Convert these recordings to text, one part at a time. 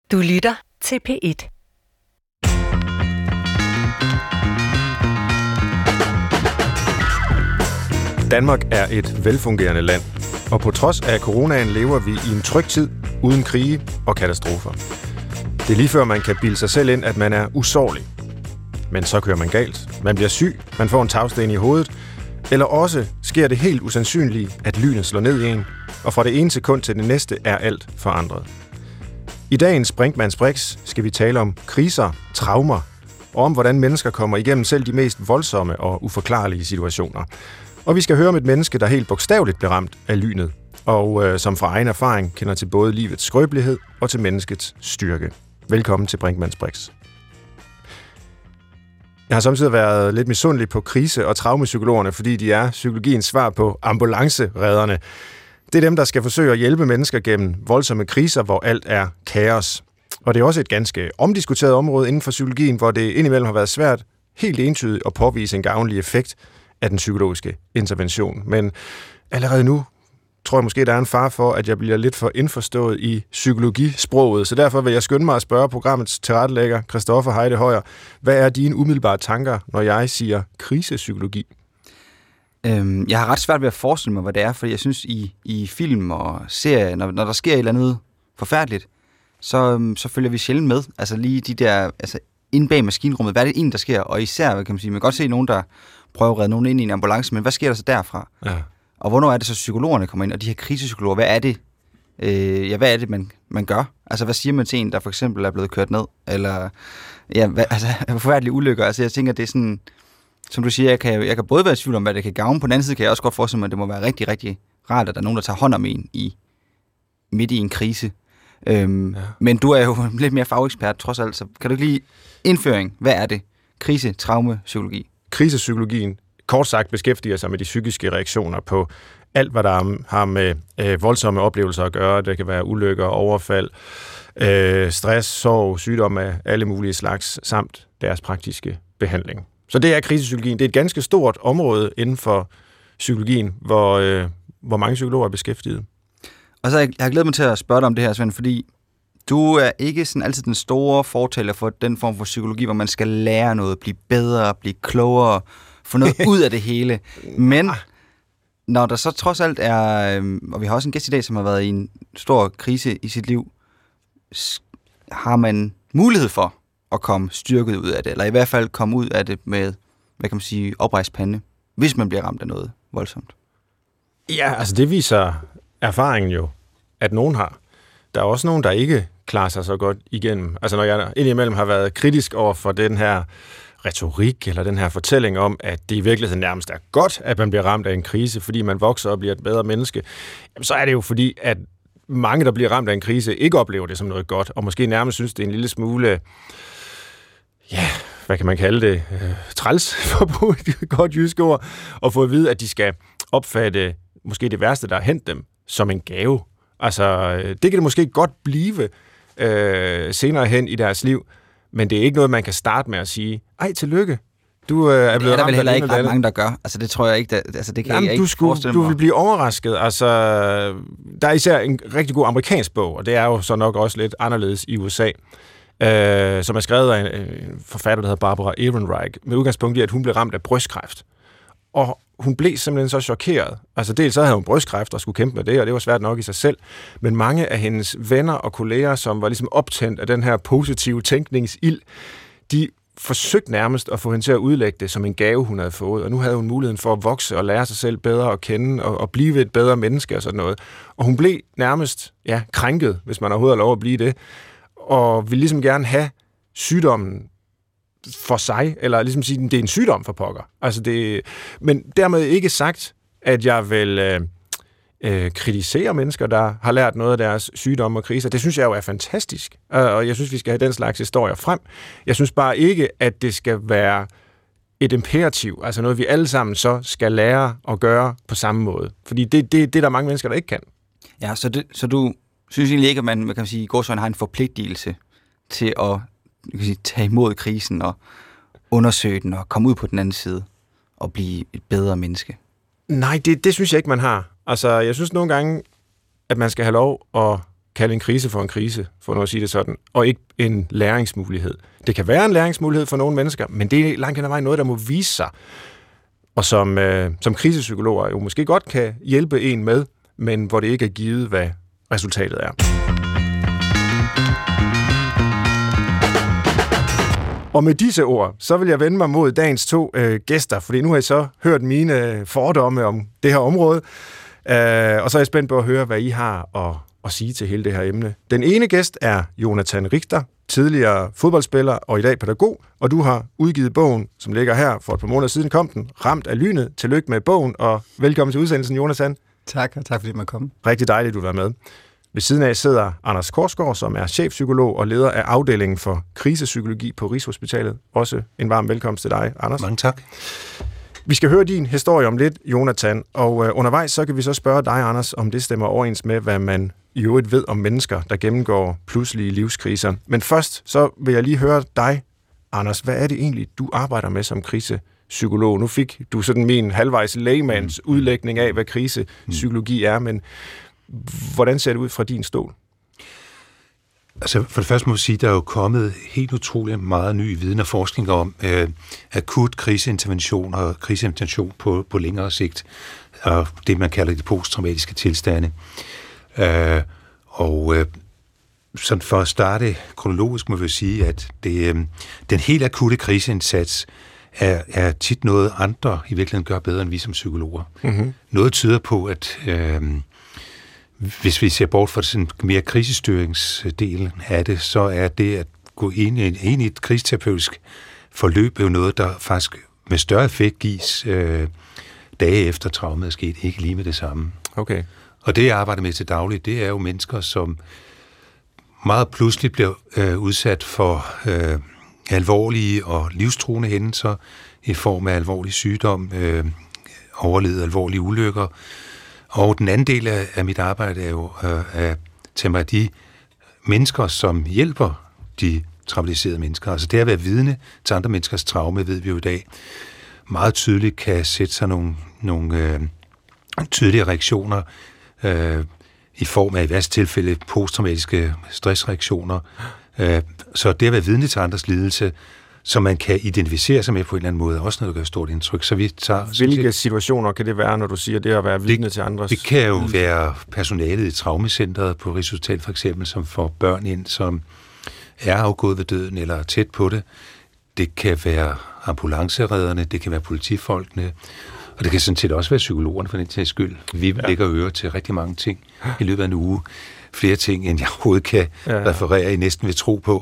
Du lytter til P1. Danmark er et velfungerende land, og på trods af coronaen lever vi i en tryg tid uden krige og katastrofer. Det er lige før man kan bilde sig selv ind, at man er usårlig. Men så kører man galt. Man bliver syg, man får en tagsten i hovedet, eller også sker det helt usandsynlige, at lynet slår ned i en, og fra det ene sekund til det næste er alt forandret. I dagens Brinkmanns Brix skal vi tale om kriser, traumer, og om hvordan mennesker kommer igennem selv de mest voldsomme og uforklarlige situationer. Og vi skal høre om et menneske, der helt bogstaveligt blev ramt af lynet, og som fra egen erfaring kender til både livets skrøbelighed og til menneskets styrke. Velkommen til Brinkmanns Brix. Jeg har samtidig været lidt misundelig på krise- og traumepsykologerne, fordi de er psykologiens svar på ambulanceredderne. Det er dem, der skal forsøge at hjælpe mennesker gennem voldsomme kriser, hvor alt er kaos. Og det er også et ganske omdiskuteret område inden for psykologien, hvor det indimellem har været svært helt entydigt at påvise en gavnlig effekt af den psykologiske intervention. Men allerede nu tror jeg måske, der er en fare for, at jeg bliver lidt for indforstået i psykologisproget. Så derfor vil jeg skynde mig at spørge programmets tilrettelægger, Christoffer Heide Højer, hvad er dine umiddelbare tanker, når jeg siger krisepsykologi? Jeg har ret svært ved at forestille mig, hvad det er, fordi jeg synes, i film og serier, når der sker et eller andet forfærdeligt, så følger vi sjældent med. Altså lige de der, inde bag maskinrummet, hvad er det egentlig, der sker? Og især, kan man sige, man kan godt se nogen, der prøver at redde nogen ind i en ambulance, men hvad sker der så derfra? Ja. Og hvornår er det så, psykologerne kommer ind, og de her krisepsykologer, hvad er det? Hvad er det, man gør? Altså, hvad siger man til en, der for eksempel er blevet kørt ned? Eller, forfærdelige ulykker. Altså, jeg tænker, det er sådan, som du siger, jeg kan både være i tvivl om, hvad det kan gavne. På den anden side kan jeg også godt forestille mig, at det må være rigtig, rigtig rart, at der er nogen, der tager hånd om en midt i en krise. Men du er jo lidt mere fagekspert, trods alt, så kan du ikke lige indføring, hvad er det? Krise, traume, psykologi. Krisepsykologien, kort sagt, beskæftiger sig med de psykiske reaktioner på alt, hvad der har med voldsomme oplevelser at gøre. Det kan være ulykker, overfald, stress, sorg, sygdomme af alle mulige slags, samt deres praktiske behandling. Så det er krisepsykologien. Det er et ganske stort område inden for psykologien, hvor mange psykologer er beskæftiget. Og så jeg har glædet mig til at spørge dig om det her, Svend, fordi du er ikke sådan altid den store fortaler for den form for psykologi, hvor man skal lære noget, blive bedre, blive klogere, få noget ud af det hele. Men når der så trods alt er, og vi har også en gæst i dag, som har været i en stor krise i sit liv, har man mulighed for at komme styrket ud af det, eller i hvert fald komme ud af det med, hvad kan man sige, oprejst pande, hvis man bliver ramt af noget voldsomt? Ja, altså det viser erfaringen jo, at nogen har. Der er også nogen, der ikke klarer sig så godt igennem. Altså når jeg indimellem har været kritisk over for den her retorik, eller den her fortælling om, at det i virkeligheden nærmest er godt, at man bliver ramt af en krise, fordi man vokser og bliver et bedre menneske, så er det jo fordi, at mange, der bliver ramt af en krise, ikke oplever det som noget godt, og måske nærmest synes, det er en lille smule, hvad kan man kalde det, træls, for at bruge et godt jysk ord, og få at vide, at de skal opfatte måske det værste, der har hent dem, som en gave. Altså, det kan det måske godt blive senere hen i deres liv, men det er ikke noget, man kan starte med at sige, ej, tillykke, du er blevet ramt. Det er der vel heller ikke ret mange, der gør. Altså, det tror jeg ikke, det kan jeg ikke forestille mig. Du vil blive overrasket. Altså, der er især en rigtig god amerikansk bog, og det er jo så nok også lidt anderledes i USA, som er skrevet af en forfatter, der hedder Barbara Ehrenreich, med udgangspunkt i, at hun blev ramt af brystkræft. Og hun blev simpelthen så chokeret. Altså dels så havde hun brystkræft og skulle kæmpe med det, og det var svært nok i sig selv. Men mange af hendes venner og kolleger, som var ligesom optændt af den her positive tænkningsild, de forsøgte nærmest at få hende til at udlægge det som en gave, hun havde fået. Og nu havde hun muligheden for at vokse og lære sig selv bedre at kende og blive et bedre menneske og sådan noget. Og hun blev nærmest krænket, hvis man overhovedet har lov at blive det. Og ville ligesom gerne have sygdommen for sig, eller ligesom sige, at det er en sygdom for pokker. Altså men dermed ikke sagt, at jeg vil kritisere mennesker, der har lært noget af deres sygdomme og kriser. Det synes jeg jo er fantastisk, og jeg synes, vi skal have den slags historier frem. Jeg synes bare ikke, at det skal være et imperativ, altså noget, vi alle sammen så skal lære at gøre på samme måde. Fordi det er der mange mennesker, der ikke kan. Ja, så du synes egentlig ikke, at man kan sige, gåsøjne har en forpligtelse til at tage imod krisen og undersøge den og komme ud på den anden side og blive et bedre menneske? Nej, det synes jeg ikke, man har. Altså, jeg synes nogle gange, at man skal have lov at kalde en krise for en krise, for nu at sige det sådan, og ikke en læringsmulighed. Det kan være en læringsmulighed for nogle mennesker, men det er langt hen ad vejen noget, der må vise sig, og som krisepsykologer jo måske godt kan hjælpe en med, men hvor det ikke er givet, hvad resultatet er. Og med disse ord, så vil jeg vende mig mod dagens 2 gæster, fordi nu har I så hørt mine fordomme om det her område, og så er jeg spændt på at høre, hvad I har at sige til hele det her emne. Den ene gæst er Jonathan Richter, tidligere fodboldspiller og i dag pædagog, og du har udgivet bogen, som ligger her for et par måneder siden kom den, Ramt af lynet. Tillykke med bogen, og velkommen til udsendelsen, Jonathan. Tak, og tak fordi man kom. Rigtig dejligt, du var med. Ved siden af sidder Anders Korsgaard, som er chefpsykolog og leder af afdelingen for krisepsykologi på Rigshospitalet. Også en varm velkomst til dig, Anders. Mange tak. Vi skal høre din historie om lidt, Jonathan, og undervejs så kan vi så spørge dig, Anders, om det stemmer overens med, hvad man i øvrigt ved om mennesker, der gennemgår pludselige livskriser. Men først så vil jeg lige høre dig, Anders. Hvad er det egentlig, du arbejder med som krisepsykolog? Nu fik du sådan min halvvejs lægemands udlægning af, hvad krisepsykologi er, men hvordan ser det ud fra din stol? Altså for det første må jeg sige, at der er jo kommet helt utroligt meget ny viden og forskning om akut kriseintervention og kriseintervention på længere sigt, og det man kalder de posttraumatiske tilstande. Sådan for at starte kronologisk må vi sige, at den helt akutte kriseindsats er tit noget andre i virkeligheden gør bedre end vi som psykologer. Mm-hmm. Noget tyder på, at hvis vi ser bort fra sådan mere krisestyringsdelen af det, så er det at gå ind i et kriseterapeutisk forløb jo noget, der faktisk med større effekt gives dage efter traumet er sket, ikke lige med det samme. Okay. Og det, jeg arbejder med til dagligt, det er jo mennesker, som meget pludselig bliver udsat for alvorlige og livstruende hændelser i form af alvorlig sygdom, overlevet alvorlige ulykker. Og den anden del af mit arbejde er jo at tage mig af de mennesker, som hjælper de traumatiserede mennesker. Altså det at være vidne til andre menneskers traume, ved vi jo i dag, meget tydeligt kan sætte sig nogle tydelige reaktioner i form af i værste tilfælde posttraumatiske stressreaktioner. Så det at være vidne til andres lidelse, som man kan identificere sig med på en eller anden måde, også noget, der gør stort indtryk. Så vi tager, hvilke situationer kan det være, når du siger det at være vidne til andres? Det kan jo være personalet i traumacentret på Rigshospitalet for eksempel, som får børn ind, som er afgået ved døden eller er tæt på det. Det kan være ambulanceredderne, det kan være politifolkene, og det kan sådan set også være psykologerne for den sags skyld. Vi lægger øre til rigtig mange ting i løbet af en uge. Flere ting, end jeg overhovedet kan referere, I næsten vil tro på.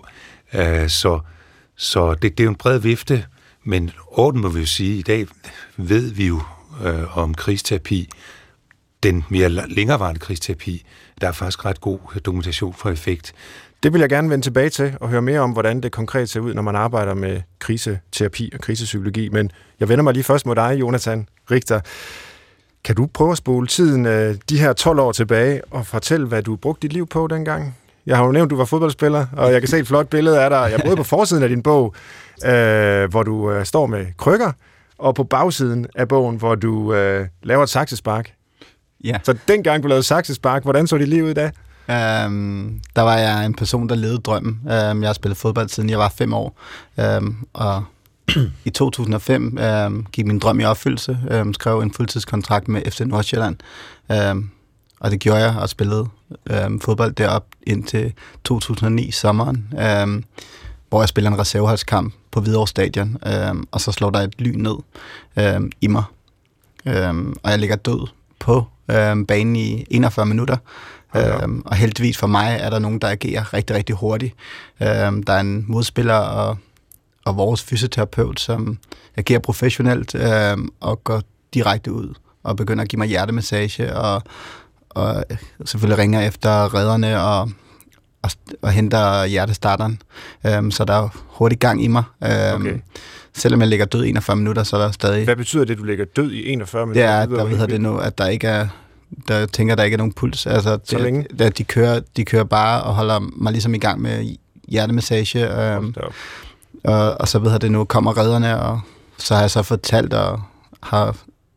Så det er jo en bred vifte, men orden må vi jo sige, i dag ved vi jo om kristerapi, den mere længerevarende kristerapi, der er faktisk ret god dokumentation for effekt. Det vil jeg gerne vende tilbage til og høre mere om, hvordan det konkret ser ud, når man arbejder med kriseterapi og krisepsykologi. Men jeg vender mig lige først mod dig, Jonathan Richter. Kan du prøve at spole tiden de her 12 år tilbage og fortælle, hvad du brugte dit liv på dengang? Jeg har jo nævnt, at du var fodboldspiller, og jeg kan se et flot billede af dig. Jeg både på forsiden af din bog, hvor du står med krykker, og på bagsiden af bogen, hvor du laver et saksespark. Ja. Så dengang du lavede saksespark, hvordan så dit liv ud da? Der var jeg en person, der levede drømmen. Jeg har spillet fodbold siden jeg var 5 år, og i 2005 gik min drøm i opfyldelse. Skrev en fuldtidskontrakt med FC Nordsjælland, og det gjorde jeg og spillede fodbold derop indtil 2009 sommeren, hvor jeg spiller en reserveholdskamp på Hvidovre Stadion, og så slår der et lyn ned i mig, og jeg ligger død på banen i 41 minutter. Og heldigvis for mig er der nogen, der agerer rigtig, rigtig hurtigt. Der er en modspiller og vores fysioterapeut, som agerer professionelt og går direkte ud og begynder at give mig hjertemassage og selvfølgelig ringer efter redderne og henter hjertestarteren. Så der er hurtigt gang i mig. Okay. Selvom jeg ligger død i 41 minutter, så er der stadig... Hvad betyder det, du ligger død i 41 minutter? Det er, der ved det nu, at der ikke er... Der tænker, der ikke er nogen puls. Altså, så længe? De kører bare og holder mig ligesom i gang med hjertemassage. Og så ved det nu, kommer redderne, og så har jeg så fortalt og har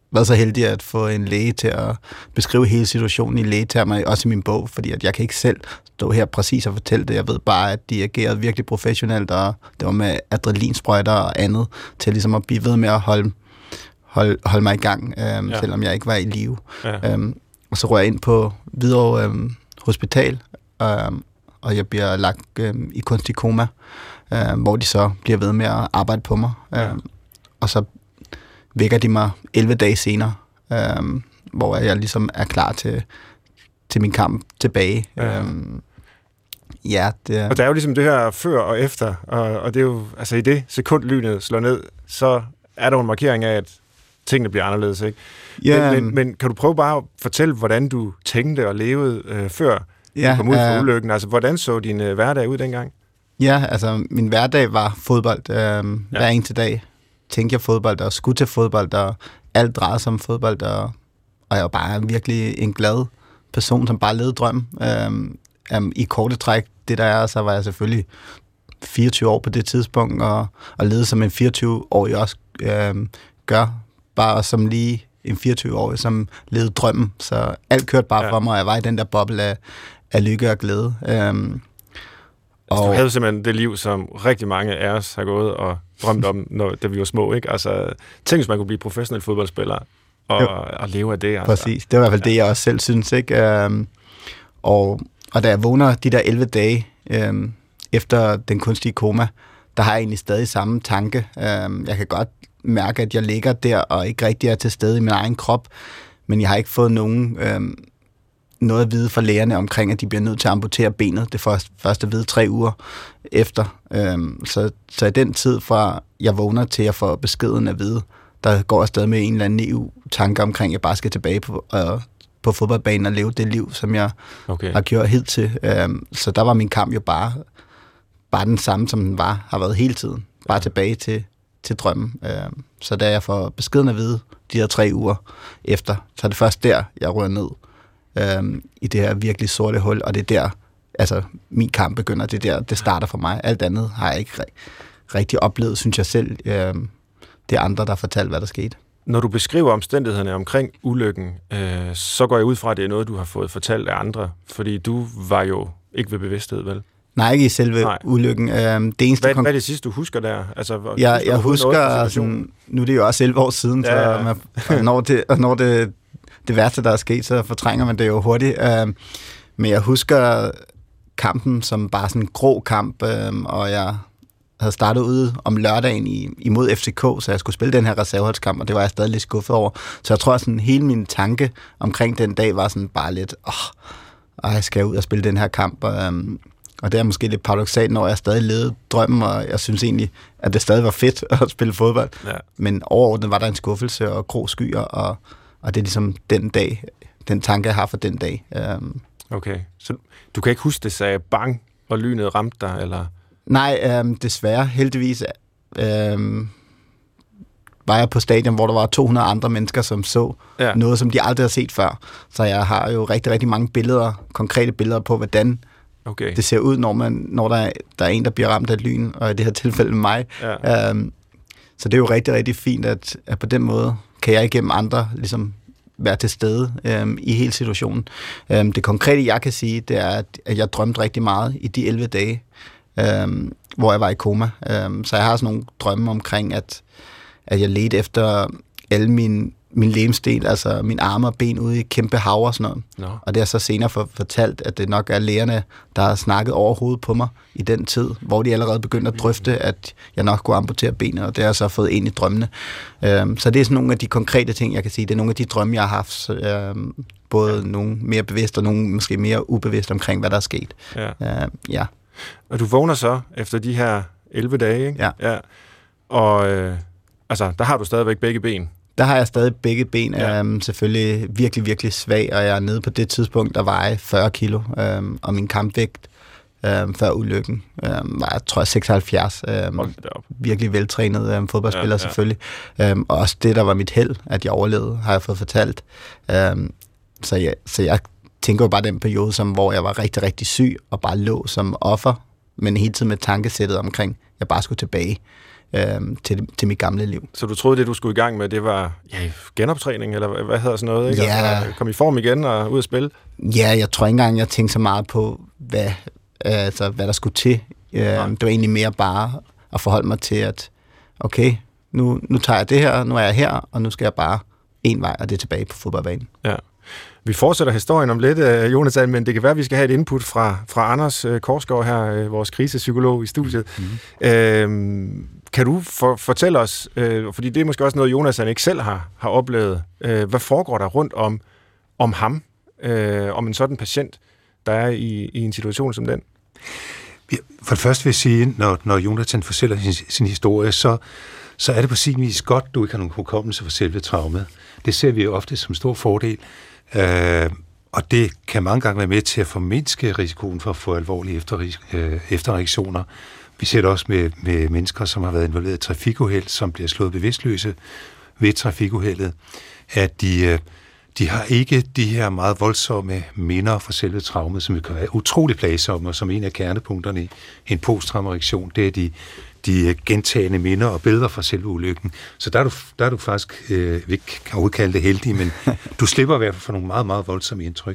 været så heldig at få en læge til at beskrive hele situationen i lægetermer, også i min bog, fordi at jeg kan ikke selv stå her præcis og fortælle det. Jeg ved bare, at de agerede virkelig professionelt, og det var med adrenalinsprøjter og andet, til ligesom at blive ved med at holde mig i gang, selvom jeg ikke var i live. Ja. Og så rører jeg ind på Hvidovre Hospital, og jeg bliver lagt i kunstig koma, hvor de så bliver ved med at arbejde på mig. Og så vækker de mig 11 dage senere, hvor jeg ligesom er klar til min kamp tilbage. Det og der er jo ligesom det her før og efter, og det er jo, altså i det sekund lynet slår ned, så er der jo en markering af, at tingene bliver anderledes, ikke? Yeah. Men kan du prøve bare at fortælle, hvordan du tænkte og levede før du kom ud fra ulykken? Altså, hvordan så din hverdag ud dengang? Ja, altså, min hverdag var fodbold. Hver eneste dag tænkte jeg fodbold, og skulle til fodbold, og alt drejede sig om fodbold, og jeg var bare virkelig en glad person, som bare levede drøm. I korte træk, det der er, så var jeg selvfølgelig 24 år på det tidspunkt, og levede som en 24-årig også gør, bare som lige en 24-årig, som levede drømmen. Så alt kørte bare for mig, og jeg var i den der boble af lykke og glæde. Altså, du havde simpelthen det liv, som rigtig mange af os har gået og drømt om, da vi var små, ikke? Altså, tænk, hvis man kunne blive professionel fodboldspiller og leve af det. Altså. Præcis. Det var i hvert fald det, jeg også selv synes, ikke? Og da jeg vågner de der 11 dage efter den kunstige koma, der har jeg egentlig stadig samme tanke. Jeg kan godt mærke, at jeg ligger der og ikke rigtig er til stede i min egen krop, men jeg har ikke fået noget at vide fra lægerne omkring, at de bliver nødt til at amputere benet. Det først at vide 3 uger efter. Så i den tid fra jeg vågner til jeg får beskeden at vide, der går jeg stadig med en eller anden EU-tanke omkring, at jeg bare skal tilbage på fodboldbanen og leve det liv, som jeg har gjort hidtil. Så der var min kamp jo bare den samme, som den har været hele tiden. Bare tilbage til drømmen. Så da jeg får beskeden at vide de her 3 uger efter, så er det først der, jeg rører ned i det her virkelig sorte hul, og det er der, altså min kamp begynder, det er der, det starter for mig. Alt andet har jeg ikke rigtig oplevet, synes jeg selv. Det er andre, der har fortalt, hvad der skete. Når du beskriver omstændighederne omkring ulykken, så går jeg ud fra, at det er noget, du har fået fortalt af andre, fordi du var jo ikke ved bevidsthed, vel? Nej, ikke i selve ulykken. Det eneste hvad er det sidste, du husker der? Altså, jeg husker, sådan, nu er det jo også 11 år siden, så når det værste, der er sket, så fortrænger man det jo hurtigt. Men jeg husker kampen som bare sådan en grå kamp, og jeg havde startet ude om lørdagen imod FCK, så jeg skulle spille den her reserveholdskamp, og det var jeg stadig lidt skuffet over. Så jeg tror, at sådan hele min tanke omkring den dag var sådan bare lidt, jeg skal ud og spille den her kamp. Og det er måske lidt paradoksalt, når jeg stadig levede drømmen, og jeg synes egentlig, at det stadig var fedt at spille fodbold. Ja. Men overordnet var der en skuffelse og grå skyer, og det er ligesom den tanke, jeg har for den dag. Okay, så du kan ikke huske, det sagde bang, og lynet ramte dig, eller? Nej, desværre. Heldigvis var jeg på stadion, hvor der var 200 andre mennesker, som så noget, som de aldrig har set før. Så jeg har jo rigtig, rigtig mange billeder, konkrete billeder på, hvordan det ser ud, når der er en, der bliver ramt af lyn, og i det her tilfælde mig. Ja. Så det er jo rigtig, rigtig fint, at på den måde kan jeg igennem andre ligesom være til stede i hele situationen. Det konkrete, jeg kan sige, det er, at jeg drømte rigtig meget i de 11 dage, hvor jeg var i koma. Så jeg har sådan nogle drømme omkring, at jeg ledte efter alle min legemsdel, altså min arme og ben ude i kæmpe hav og sådan noget. No. Og det er så senere fortalt, at det nok er lægerne, der har snakket over hovedet på mig i den tid, hvor de allerede begyndte at drøfte, at jeg nok kunne amputere benet, og det har jeg så fået ind i drømmene. Så det er sådan nogle af de konkrete ting, jeg kan sige. Det er nogle af de drømme, jeg har haft, både nogle mere bevidst og nogle måske mere ubevidst omkring, hvad der er sket. Ja. Og du vågner så efter de her 11 dage, ikke? Ja. Og altså, der har du stadigvæk begge ben. Der har jeg stadig begge ben. Selvfølgelig virkelig, virkelig svag, og jeg er nede på det tidspunkt, der vejer 40 kilo, og min kampvægt før ulykken var, jeg tror, 76. Virkelig veltrænet fodboldspiller selvfølgelig. Og også det, der var mit held, at jeg overlevede, har jeg fået fortalt. Så jeg tænker jo bare den periode, hvor jeg var rigtig, rigtig syg, og bare lå som offer, men hele tiden med tankesættet omkring, jeg bare skulle tilbage. til mit gamle liv. Så du troede, det du skulle i gang med, det var genoptræning, eller hvad hedder sådan noget, ikke? Ja. Altså, kom i form igen og ud at spille? Ja, jeg tror ikke engang, jeg tænkte så meget på, hvad der skulle til. Det var egentlig mere bare at forholde mig til, at okay, nu tager jeg det her, nu er jeg her, og nu skal jeg bare en vej, og det er tilbage på fodboldbanen. Ja. Vi fortsætter historien om lidt, Jonathan, men det kan være, at vi skal have et input fra Anders Korsgaard her, vores krisepsykolog i studiet. Kan du fortælle os, fordi det er måske også noget, Jonathan ikke selv har oplevet, hvad foregår der rundt om ham, om en sådan patient, der er i en situation som den? For det første vil jeg sige, når Jonathan fortæller sin historie, så er det på sin vis godt, du ikke har nogen hukommelse for selve traumet. Det ser vi jo ofte som stor fordel, og det kan mange gange være med til at formindske risikoen for at få alvorlige efterreaktioner. Vi ser det også med mennesker, som har været involveret i trafikuheld, som bliver slået bevidstløse ved trafikuheldet, at de har ikke de her meget voldsomme minder fra selve traumet, som kan være utrolig plagsomme, og som en af kernepunkterne i en posttraumareaktion, det er de gentagende minder og billeder fra selve ulykken. Så der er du faktisk, vi kan udkalde det heldig, men du slipper i hvert fald for nogle meget, meget voldsomme indtryk.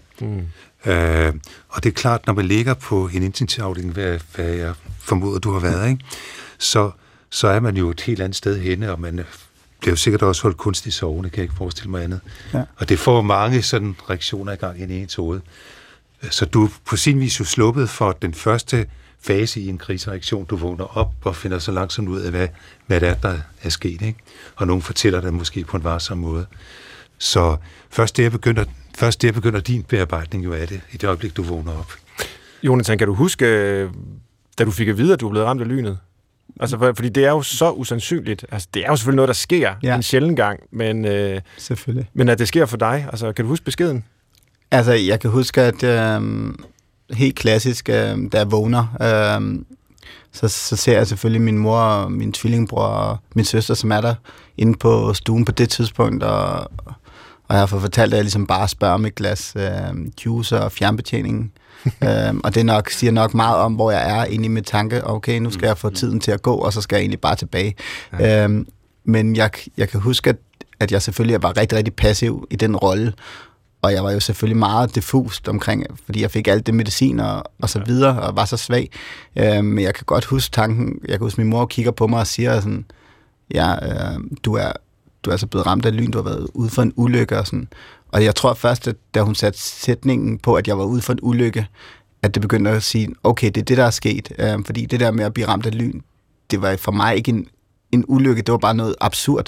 Og det er klart, når man ligger på en intensivafdeling, hvad jeg formoder, du har været, ikke? Så er man jo et helt andet sted henne, og man bliver jo sikkert også holdt kunstigt sovende, kan jeg ikke forestille mig andet. Ja. Og det får mange sådan reaktioner i gang i ens hoved. Så du er på sin vis jo sluppet for den første fase i en krisereaktion. Du vågner op og finder så langsomt ud af, hvad det er, der er sket, ikke? Og nogen fortæller det måske på en varsom måde. Så først der begynder din bearbejdning jo af det, i det øjeblik, du vågner op. Jonathan, kan du huske, da du fik at vide, at du blev ramt af lynet? Altså, fordi det er jo så usandsynligt. Altså, det er jo selvfølgelig noget, der sker en sjælden gang, men, selvfølgelig. Men at det sker for dig, altså, kan du huske beskeden? Altså, jeg kan huske, at helt klassisk, da jeg vågner, så ser jeg selvfølgelig min mor og min tvillingbror og min søster, som er der inde på stuen på det tidspunkt, og jeg har fået fortalt, at jeg ligesom bare spørger om et glas juice og fjernbetjeningen. Og det siger nok meget om, hvor jeg er inde i mit tanke. Okay, nu skal jeg få tiden til at gå, og så skal jeg egentlig bare tilbage. Ja. Men jeg kan huske, at jeg selvfølgelig var rigtig, rigtig passiv i den rolle, og jeg var jo selvfølgelig meget diffust omkring, fordi jeg fik alt det medicin og så videre, og var så svag. Men jeg kan godt huske tanken, jeg kan huske, min mor kigger på mig og siger sådan, du er altså blevet ramt af lyn, du har været ude for en ulykke og sådan. Og jeg tror først, at da hun satte sætningen på, at jeg var ude for en ulykke, at det begyndte at sige, okay, det er det, der er sket. Fordi det der med at blive ramt af lyn, det var for mig ikke en ulykke, det var bare noget absurd.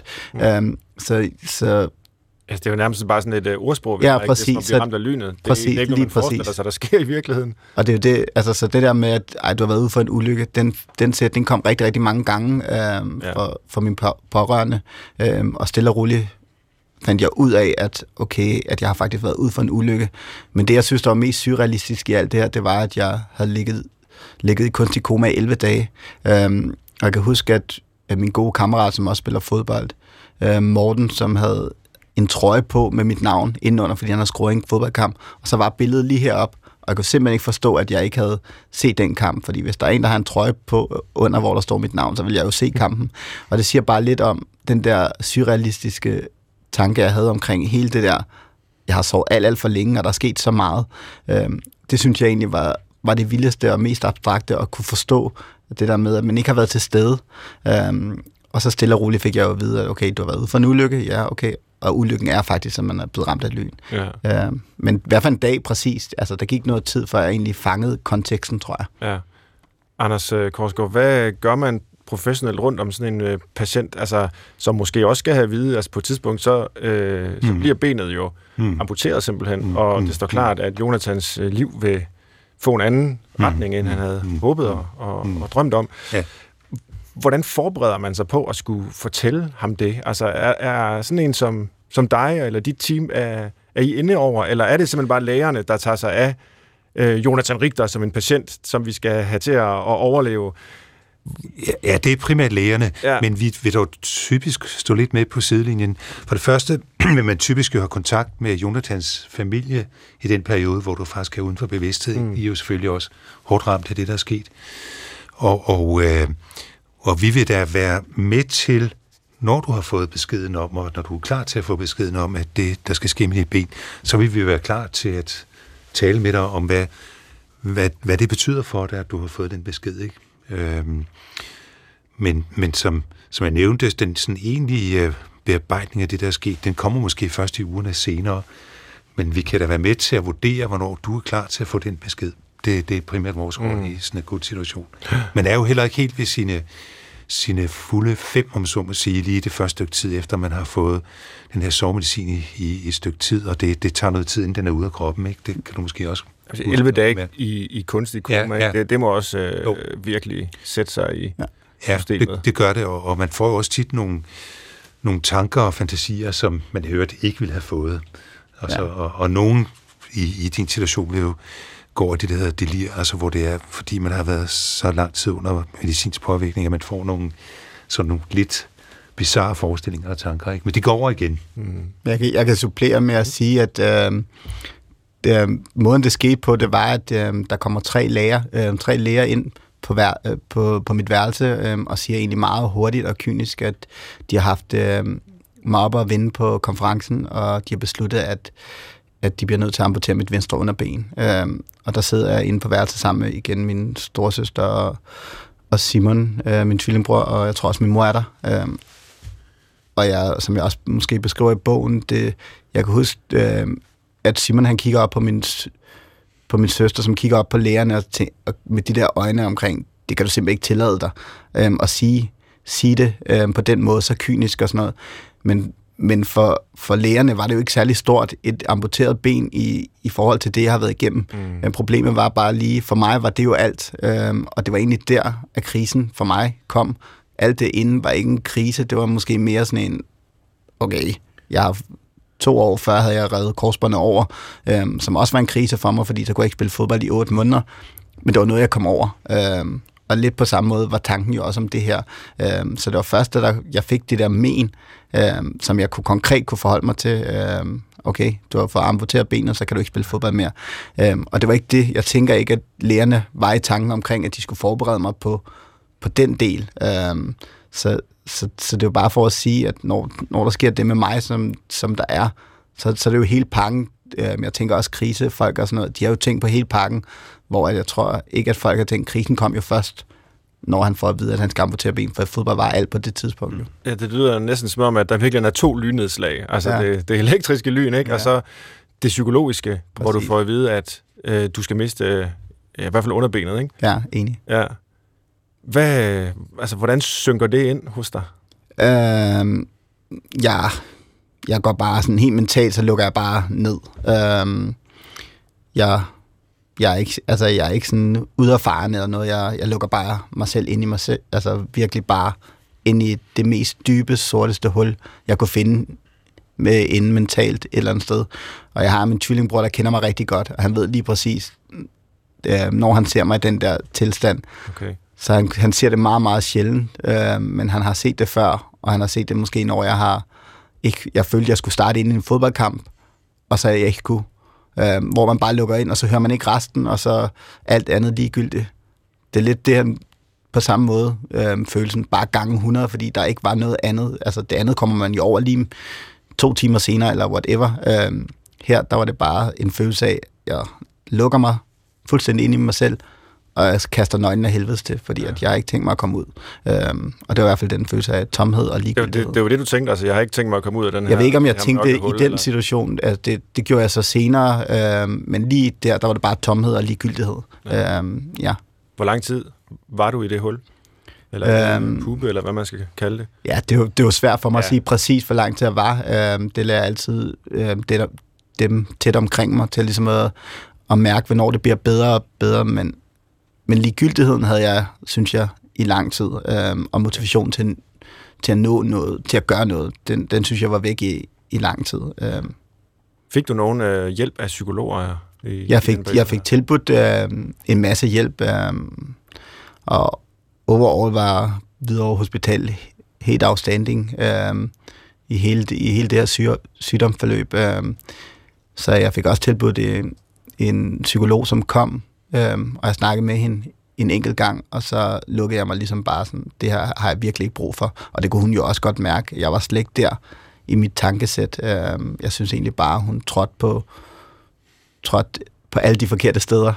Så altså, det er jo nærmest bare sådan et ordsprog, ja, præcis. Det, som bliver ramt af lynet. Det er ikke noget, man forestiller sig, der sker i virkeligheden. Og det er jo det, altså så det der med, at du har været ude for en ulykke, den sætning kom rigtig, rigtig mange gange for mine pårørende, og stille og roligt fandt jeg ud af, at okay, at jeg har faktisk været ude for en ulykke. Men det, jeg synes, der var mest surrealistisk i alt det her, det var, at jeg havde ligget i kunstig koma i 11 dage. Og jeg kan huske, at min gode kammerat, som også spiller fodbold, Morten, som havde en trøje på med mit navn indenunder, fordi han havde skruet en fodboldkamp, og så var billedet lige heroppe, og jeg kunne simpelthen ikke forstå, at jeg ikke havde set den kamp, fordi hvis der er en, der har en trøje på under, hvor der står mit navn, så vil jeg jo se kampen. Og det siger bare lidt om den der surrealistiske tanke, jeg havde omkring hele det der, jeg har sovet alt for længe, og der er sket så meget. Det synes jeg egentlig var det vildeste og mest abstrakte at kunne forstå, det der med, at man ikke har været til stede. Og så stille og roligt fik jeg jo at vide, at okay, du har været ude for en ulykke, ja, okay, og ulykken er faktisk, at man er blevet ramt af lyn. Ja. Men i hvert fald en dag præcist, altså der gik noget tid, før jeg egentlig fangede konteksten, tror jeg. Ja. Anders Korsgaard, hvad gør man professionelt rundt om sådan en patient, altså, som måske også skal have at vide, altså på et tidspunkt, så bliver benet jo amputeret simpelthen, og det står klart, at Jonathans liv vil få en anden retning, end han havde håbet og drømt om. Ja. Hvordan forbereder man sig på at skulle fortælle ham det? Altså, er sådan en som dig, eller dit team, er I inde over, eller er det simpelthen bare lægerne, der tager sig af Jonathan Richter som en patient, som vi skal have til at overleve? Ja, det er primært lægerne, men vi vil dog typisk stå lidt med på sidelinjen. For det første vil man typisk jo have kontakt med Jonathans familie i den periode, hvor du faktisk er uden for bevidsthed. I er jo selvfølgelig også hårdt ramt af det, der er sket. Og vi vil da være med til, når du har fået beskeden om, og når du er klar til at få beskeden om, at det, der skal ske med dit ben, så vil vi være klar til at tale med dig om, hvad det betyder for dig, at du har fået den besked, ikke? Men som jeg nævnte, den sådan egentlige bearbejdning af det, der er sket, den kommer måske først i ugerne senere, men vi kan da være med til at vurdere, hvornår du er klar til at få den besked. Det er primært vores rolle i sådan en god situation. Man er jo heller ikke helt ved sine fulde 5, om så må sige, lige det første stykke tid, efter man har fået den her sovemedicin i et stykke tid, og det tager noget tid, inden den er ude af kroppen, ikke? Det kan du måske også... Altså 11 dage i kunstig koma, ja. Det må også virkelig sætte sig i systemet. Det gør det, og man får jo også tit nogle tanker og fantasier, som man hørt ikke ville have fået. Altså, og nogen i din situation vil jo gå i det, der hedder delir, altså hvor det er, fordi man har været så lang tid under medicinsk påvirkning, at man får nogle lidt bizarre forestillinger og tanker, ikke? Men de går over igen. Jeg kan supplere med at sige, at måden det skete på, det var, at der kommer 3 læger ind på mit værelse og siger egentlig meget hurtigt og kynisk, at de har haft mig op og vinde på konferencen, og de har besluttet, at de bliver nødt til at amputere mit venstre underben. Og der sidder jeg inde på værelset sammen med igen min storesøster og Simon, min tvillingbror, og jeg tror også min mor er der. Og som jeg også måske beskriver i bogen, jeg kan huske, at Simon han kigger op på min søster, som kigger op på lægerne og med de der øjne omkring, det kan du simpelthen ikke tillade dig at sige det på den måde, så kynisk og sådan noget. Men for lægerne var det jo ikke særlig stort, et amputeret ben i forhold til det, jeg har været igennem. Problemet var bare lige, for mig var det jo alt, og det var egentlig der, at krisen for mig kom. Alt det inden var ikke en krise, det var måske mere sådan en, okay, jeg har 2 år før havde jeg reddet korsbåndet over, som også var en krise for mig, fordi så kunne jeg ikke spille fodbold i 8 måneder, men det var noget, jeg kom over. Og lidt på samme måde var tanken jo også om det her. Så det var først, da jeg fik det der men, som jeg konkret kunne forholde mig til. Okay, du har fået amputeret benet, så kan du ikke spille fodbold mere. Og det var ikke det. Jeg tænker ikke, at lægerne var i tanken omkring, at de skulle forberede mig på den del. Så det er jo bare for at sige, at når der sker det med mig, som der er, så er det jo hele pakken. Jeg tænker også krisefolk og sådan noget. De har jo tænkt på hele pakken, hvor jeg tror ikke, at folk har tænkt, at krisen kom jo først, når han får at vide, at han skal amputere ben, for fodbold var alt på det tidspunkt. Ja, det lyder næsten som om, at der virkelig er 2 lynnedslag. Altså det elektriske lyn, ikke? Ja. Og så det psykologiske, præcis, hvor du får at vide, at du skal miste i hvert fald underbenet, ikke? Ja, enig. Ja. Hvordan synker det ind hos dig? Jeg går bare sådan helt mentalt, så lukker jeg bare ned. Jeg er ikke sådan udefaren eller noget. Jeg lukker bare mig selv ind i mig selv. Altså virkelig bare ind i det mest dybe, sorteste hul, jeg kunne finde inde mentalt et eller andet sted. Og jeg har min tvillingbror, der kender mig rigtig godt, og han ved lige præcis, når han ser mig i den der tilstand. Okay. Så han ser det meget, meget sjældent, men han har set det før, og han har set det måske, når jeg følte, jeg skulle starte ind i en fodboldkamp, og så jeg ikke kunne. Hvor man bare lukker ind, og så hører man ikke resten, og så alt andet ligegyldigt. Det er lidt det her på samme måde, følelsen bare gange 100, fordi der ikke var noget andet. Altså det andet kommer man jo over lige 2 timer senere, eller whatever. Her, der var det bare en følelse af, jeg lukker mig fuldstændig ind i mig selv, og jeg kaster nøglen af helvedes til, fordi at jeg har ikke tænkt mig at komme ud. Og det var i hvert fald den følelse af tomhed og ligegyldighed. Det var det, du tænkte, altså jeg har ikke tænkt mig at komme ud af den her. Jeg ved ikke, om jeg tænkte i den situation, altså det gjorde jeg så senere, men lige der var det bare tomhed og ligegyldighed. Ja. Hvor lang tid var du i det hul? Eller puppe, eller hvad man skal kalde det? Ja, det var svært for mig at sige præcis, hvor lang tid jeg var. Det lader jeg altid dem tæt omkring mig, til ligesom at mærke, hvornår det bliver bedre og bedre, men ligegyldigheden havde jeg, synes jeg, i lang tid, og motivation til at nå noget, til at gøre noget, den synes jeg var væk i lang tid. Fik du nogen hjælp af psykologer? Jeg fik tilbudt en masse hjælp, og overall var Hvidovre Hospital helt outstanding i hele det her sygdomsforløb. Så jeg fik også tilbudt en psykolog, som kom, og jeg snakkede med hende en enkelt gang, og så lukkede jeg mig ligesom bare sådan, det her har jeg virkelig ikke brug for. Og det kunne hun jo også godt mærke. Jeg var slet ikke der i mit tankesæt. Jeg synes egentlig bare, hun trådte på alle de forkerte steder.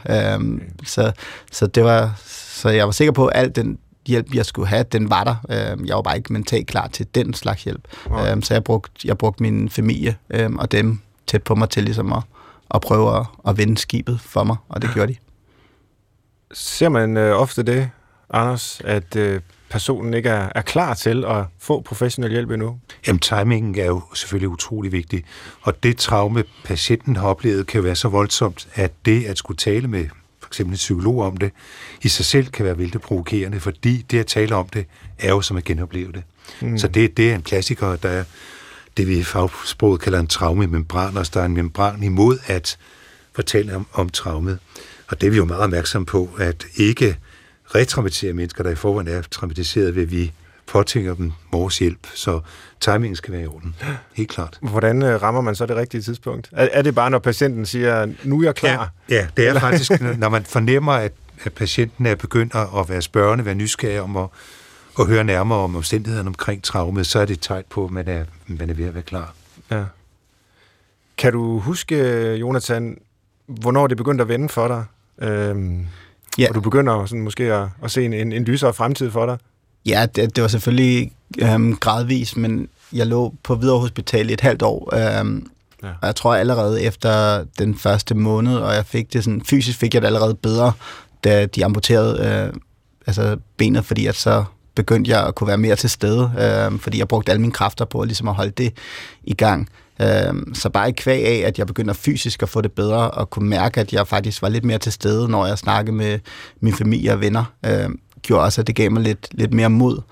Så jeg var sikker på, at al den hjælp, jeg skulle have, den var der. Jeg var bare ikke mentalt klar til den slags hjælp. Okay. Så jeg brugte min familie og dem tæt på mig til ligesom at prøve at vende skibet for mig, og det gjorde de. Ser man ofte det, Anders, at personen ikke er klar til at få professionel hjælp endnu? Jamen, timingen er jo selvfølgelig utrolig vigtig, og det traume, patienten har oplevet, kan være så voldsomt, at det at skulle tale med for eksempel en psykolog om det, i sig selv kan være vældig provokerende, fordi det at tale om det, er jo som at genopleve det. Så det er en klassiker, der er det, vi i fagsproget kalder en traumemembran, og der er en membran imod at fortælle om traumet. Og det er vi jo meget opmærksomme på, at ikke retraumatisere mennesker, der i forvejen er traumatiseret, ved vi påtvinger dem vores hjælp. Så timingen skal være i orden. Helt klart. Hvordan rammer man så det rigtige tidspunkt? Er det bare, når patienten siger, nu er jeg klar? Ja, det er faktisk, når man fornemmer, at patienten er begyndt at være spørgende, være nysgerrig om at høre nærmere om omstændighederne omkring traumet, så er det et tegn på, at man er ved at være klar. Ja. Kan du huske, Jonathan, hvornår det begyndte at vende for dig? Og du begynder sådan måske at se en lysere fremtid for dig? Ja, det var selvfølgelig gradvis, men jeg lå på Hvidovre Hospital i et halvt år, og jeg tror allerede efter den første måned, og jeg fik det sådan, fysisk fik jeg det allerede bedre, da de amputerede benet, fordi at så begyndte jeg at kunne være mere til stede, fordi jeg brugte alle mine kræfter på ligesom at holde det i gang. Så bare i kvæg af, at jeg begyndte fysisk at få det bedre, og kunne mærke, at jeg faktisk var lidt mere til stede, når jeg snakkede med min familie og venner, gjorde også, at det gav mig lidt mere mod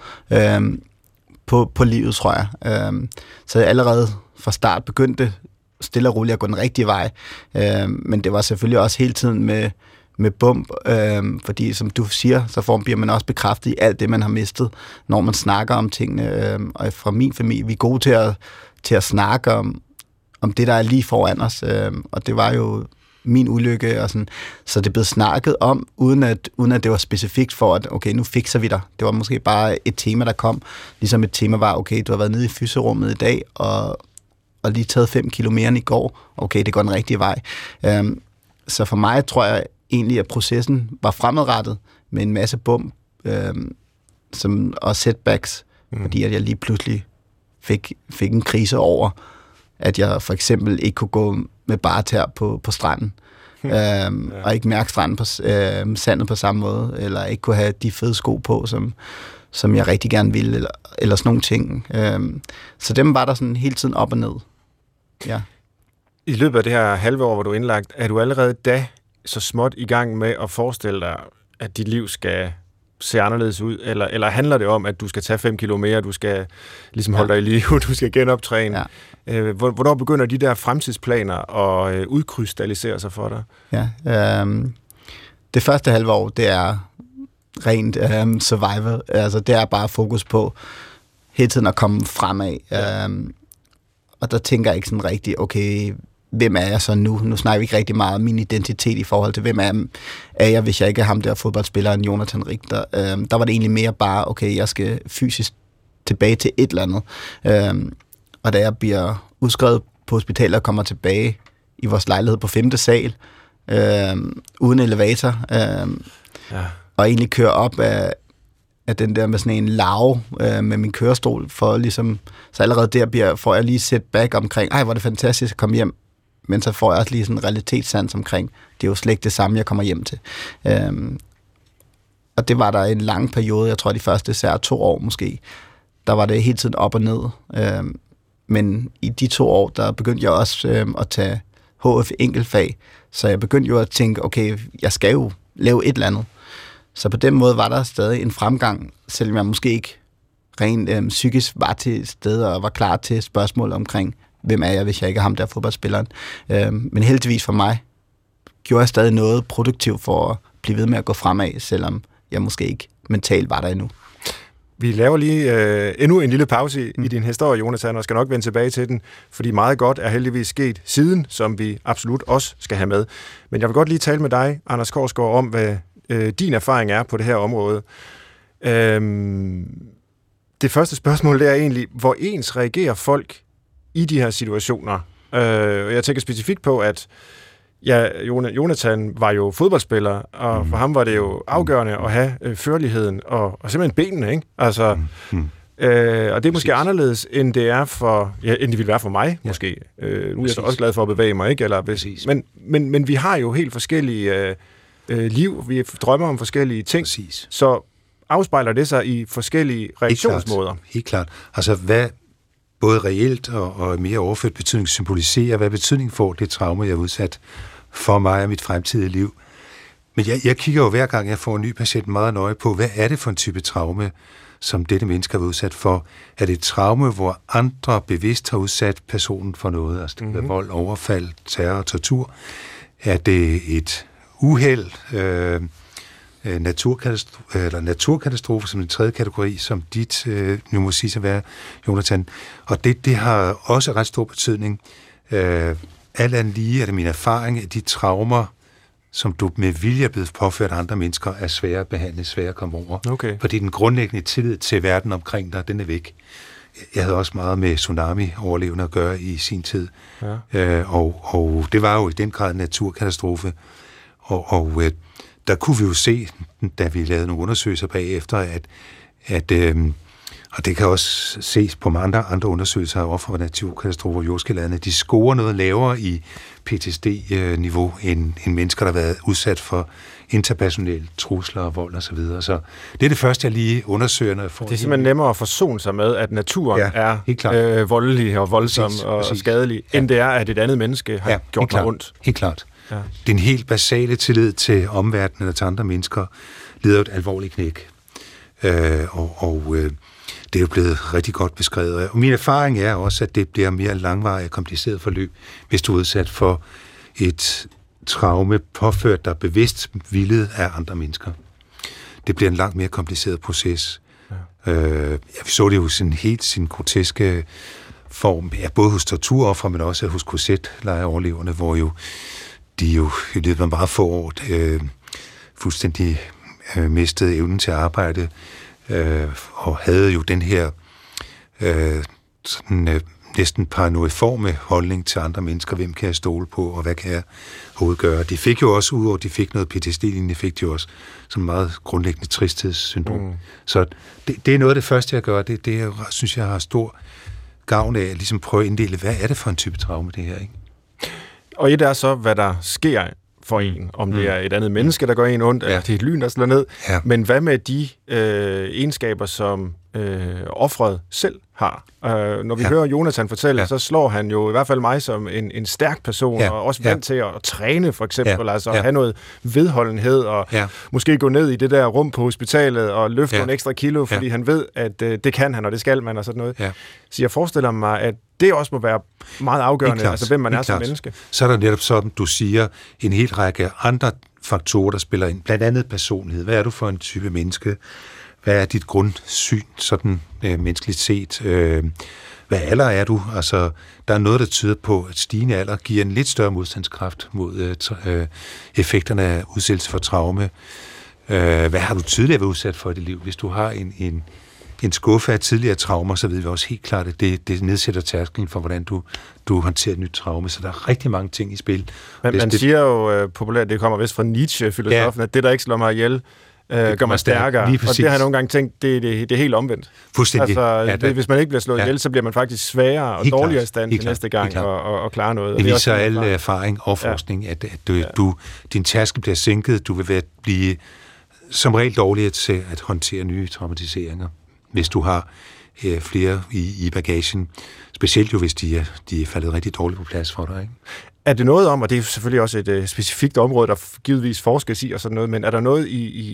på livet, tror jeg. Så jeg allerede fra start begyndte stille og roligt at gå den rigtige vej, men det var selvfølgelig også hele tiden med bump, fordi som du siger, så bliver man også bekræftet i alt det, man har mistet, når man snakker om tingene. Og fra min familie, vi er gode til at snakke om det, der er lige foran os, og det var jo min ulykke, og sådan, så det blev snakket om, uden at det var specifikt for, at okay, nu fikser vi dig. Det var måske bare et tema, der kom, ligesom et tema var, okay, du har været nede i fysiorummet i dag, og lige taget 5 kilo mere end i går, okay, det går den rigtige vej. Så for mig tror jeg egentlig, at processen var fremadrettet med en masse bump og setbacks, fordi at jeg lige pludselig fik en krise over, at jeg for eksempel ikke kunne gå med bare tær på stranden, og ikke mærke stranden på sandet på samme måde, eller ikke kunne have de fede sko på, som jeg rigtig gerne ville, eller sådan nogle ting. Så dem var der sådan hele tiden op og ned. Ja. I løbet af det her halve år, hvor du er indlagt, er du allerede da så småt i gang med at forestille dig, at dit liv skal se anderledes ud, eller handler det om, at du skal tage 5 kilo mere, du skal ligesom holde dig i live, du skal genoptræne? Ja. Hvornår begynder de der fremtidsplaner at udkrystallisere sig for dig? Ja, det første halve år, det er rent survival. Altså, det er bare fokus på hele tiden at komme fremad. Og der tænker jeg ikke sådan rigtigt, okay, hvem er jeg så nu? Nu snakker vi ikke rigtig meget om min identitet i forhold til, hvem er jeg, hvis jeg ikke er ham der fodboldspilleren Jonathan Richter. Der var det egentlig mere bare, okay, jeg skal fysisk tilbage til et eller andet. Og da jeg bliver udskrevet på hospitalet og kommer tilbage i vores lejlighed på 5. sal, uden elevator, og egentlig kører op af den der med sådan en lav med min kørestol, for ligesom, så allerede der får jeg lige set back omkring, hvor er det fantastisk at komme hjem, men så får jeg også lige sådan en realitetssans omkring, det er jo slet ikke det samme, jeg kommer hjem til. Og det var der en lang periode, jeg tror de første især 2 år måske, der var det hele tiden op og ned. Men i de 2 år, der begyndte jeg også at tage HF enkeltfag, så jeg begyndte jo at tænke, okay, jeg skal jo lave et eller andet. Så på den måde var der stadig en fremgang, selvom jeg måske ikke rent psykisk var til stede og var klar til spørgsmål omkring, hvem er jeg, hvis jeg ikke er ham der fodboldspilleren. Men heldigvis for mig gjorde jeg stadig noget produktivt for at blive ved med at gå fremad, selvom jeg måske ikke mentalt var der endnu. Vi laver lige endnu en lille pause i din historie, Jonathan, og skal nok vende tilbage til den, fordi meget godt er heldigvis sket siden, som vi absolut også skal have med. Men jeg vil godt lige tale med dig, Anders Korsgaard, om hvad din erfaring er på det her område. Det første spørgsmål, det er egentlig, hvor ens reagerer folk i de her situationer? Jeg tænker specifikt på, at Jonathan var jo fodboldspiller, og for ham var det jo afgørende at have førligheden og simpelthen benene, ikke? Altså, og det er måske anderledes, end det er end det ville være for mig, måske. Nu er jeg så også glad for at bevæge mig, ikke? Eller, men vi har jo helt forskellige liv, vi drømmer om forskellige ting, så afspejler det sig i forskellige reaktionsmåder. Helt klart. Altså, hvad både reelt og mere overført betydning symboliserer, hvad betydning får det traume, jeg er udsat for mig og mit fremtidige liv. Men jeg kigger jo hver gang, jeg får en ny patient meget nøje på, hvad er det for en type traume, som dette menneske har været udsat for? Er det et traume, hvor andre bevidst har udsat personen for noget, altså det vold, overfald, terror, tortur? Er det et uheld, naturkatastrofe som en tredje kategori, som dit nu må sige at være, Jonathan? Og det har også ret stor betydning. Alt andet lige er det min erfaring, at de traumer, som du med vilje er blevet påført andre mennesker, er svære at behandle, svære at komme over. Okay. Fordi den grundlæggende tillid til verden omkring dig, den er væk. Jeg havde også meget med tsunami-overlevende at gøre i sin tid. Ja. Og det var jo i den grad en naturkatastrofe. Og der kunne vi jo se, da vi lavede nogle undersøgelser bagefter, at og det kan også ses på mange andre undersøgelser af ofre for naturkatastrofer og jordskælvene, de scorer noget lavere i PTSD-niveau end mennesker, der har været udsat for interpersonelle trusler og vold osv. Så det er det første, jeg lige undersøger, når jeg får... Det er simpelthen nemmere at forsone sig med, at naturen er voldelig og voldsom og skadelig, end det er, at et andet menneske har gjort mig ondt. Helt klart. Ja. Den helt basale tillid til omverdenen eller til andre mennesker lider et alvorligt knæk. Det er jo blevet rigtig godt beskrevet. Og min erfaring er også, at det bliver mere langvarigt og kompliceret forløb, hvis du er udsat for et traume påført dig bevidst villet af andre mennesker. Det bliver en langt mere kompliceret proces. Ja. Vi så det jo sin groteske form, både hos torturofre, men også hos KZ-lejreoverleverne, hvor de jo i løbet af bare få år fuldstændig mistede evnen til at arbejde, og havde jo den her næsten paranoiforme holdning til andre mennesker. Hvem kan jeg stole på, og hvad kan jeg overhovedet gøre? De fik jo også, udover de fik noget PTSD-lignende, fik de jo også sådan meget grundlæggende tristhedssyndrom. Så det er noget af det første, jeg gør. Det synes jeg har stor gavn af at ligesom prøve at inddele, hvad er det for en type traume, det her, ikke? Og et er så, hvad der sker for en, om det er et andet menneske, der går en ondt, eller det er et lyn, der slår ned. Ja. Men hvad med de egenskaber, som offeret selv har? Når vi hører Jonathan fortælle, så slår han jo i hvert fald mig som en stærk person, og også vant til at træne, for eksempel, altså have noget vedholdenhed, og måske gå ned i det der rum på hospitalet og løfte en ekstra kilo, fordi han ved, at det kan han, og det skal man, og sådan noget. Ja. Så jeg forestiller mig, at det også må være meget afgørende, altså hvem man er som menneske. Så er der netop sådan, du siger, en hel række andre faktorer, der spiller ind. Blandt andet personlighed. Hvad er du for en type menneske? Hvad er dit grundsyn, sådan menneskeligt set? Hvad alder er du? Altså, der er noget, der tyder på, at stigende alder giver en lidt større modstandskraft mod effekterne af udsættelse for traume. Hvad har du tidligere været udsat for i dit liv? Hvis du har en skuffe af tidligere traumer, så ved vi også helt klart, at det nedsætter tærsklen for, hvordan du håndterer et nyt traume. Så der er rigtig mange ting i spil. Man siger jo populært, det kommer vist fra Nietzsche-filosofen, at det, der ikke slår mig ihjel, gør mig stærkere. Og det har jeg nogle gange tænkt, det er helt omvendt. Fuldstændig. Altså, hvis man ikke bliver slået ihjel, så bliver man faktisk sværere og dårligere i stand til næste gang og klare noget. Det viser al erfaring og forskning, at din tærskel bliver sænket. Du vil blive som regel dårligere til at håndtere nye traumatiseringer, hvis du har flere i bagagen. Specielt jo, hvis de er faldet rigtig dårligt på plads for dig, ikke? Er det noget om, og det er selvfølgelig også et specifikt område, der givetvis forskes i og sådan noget, men er der noget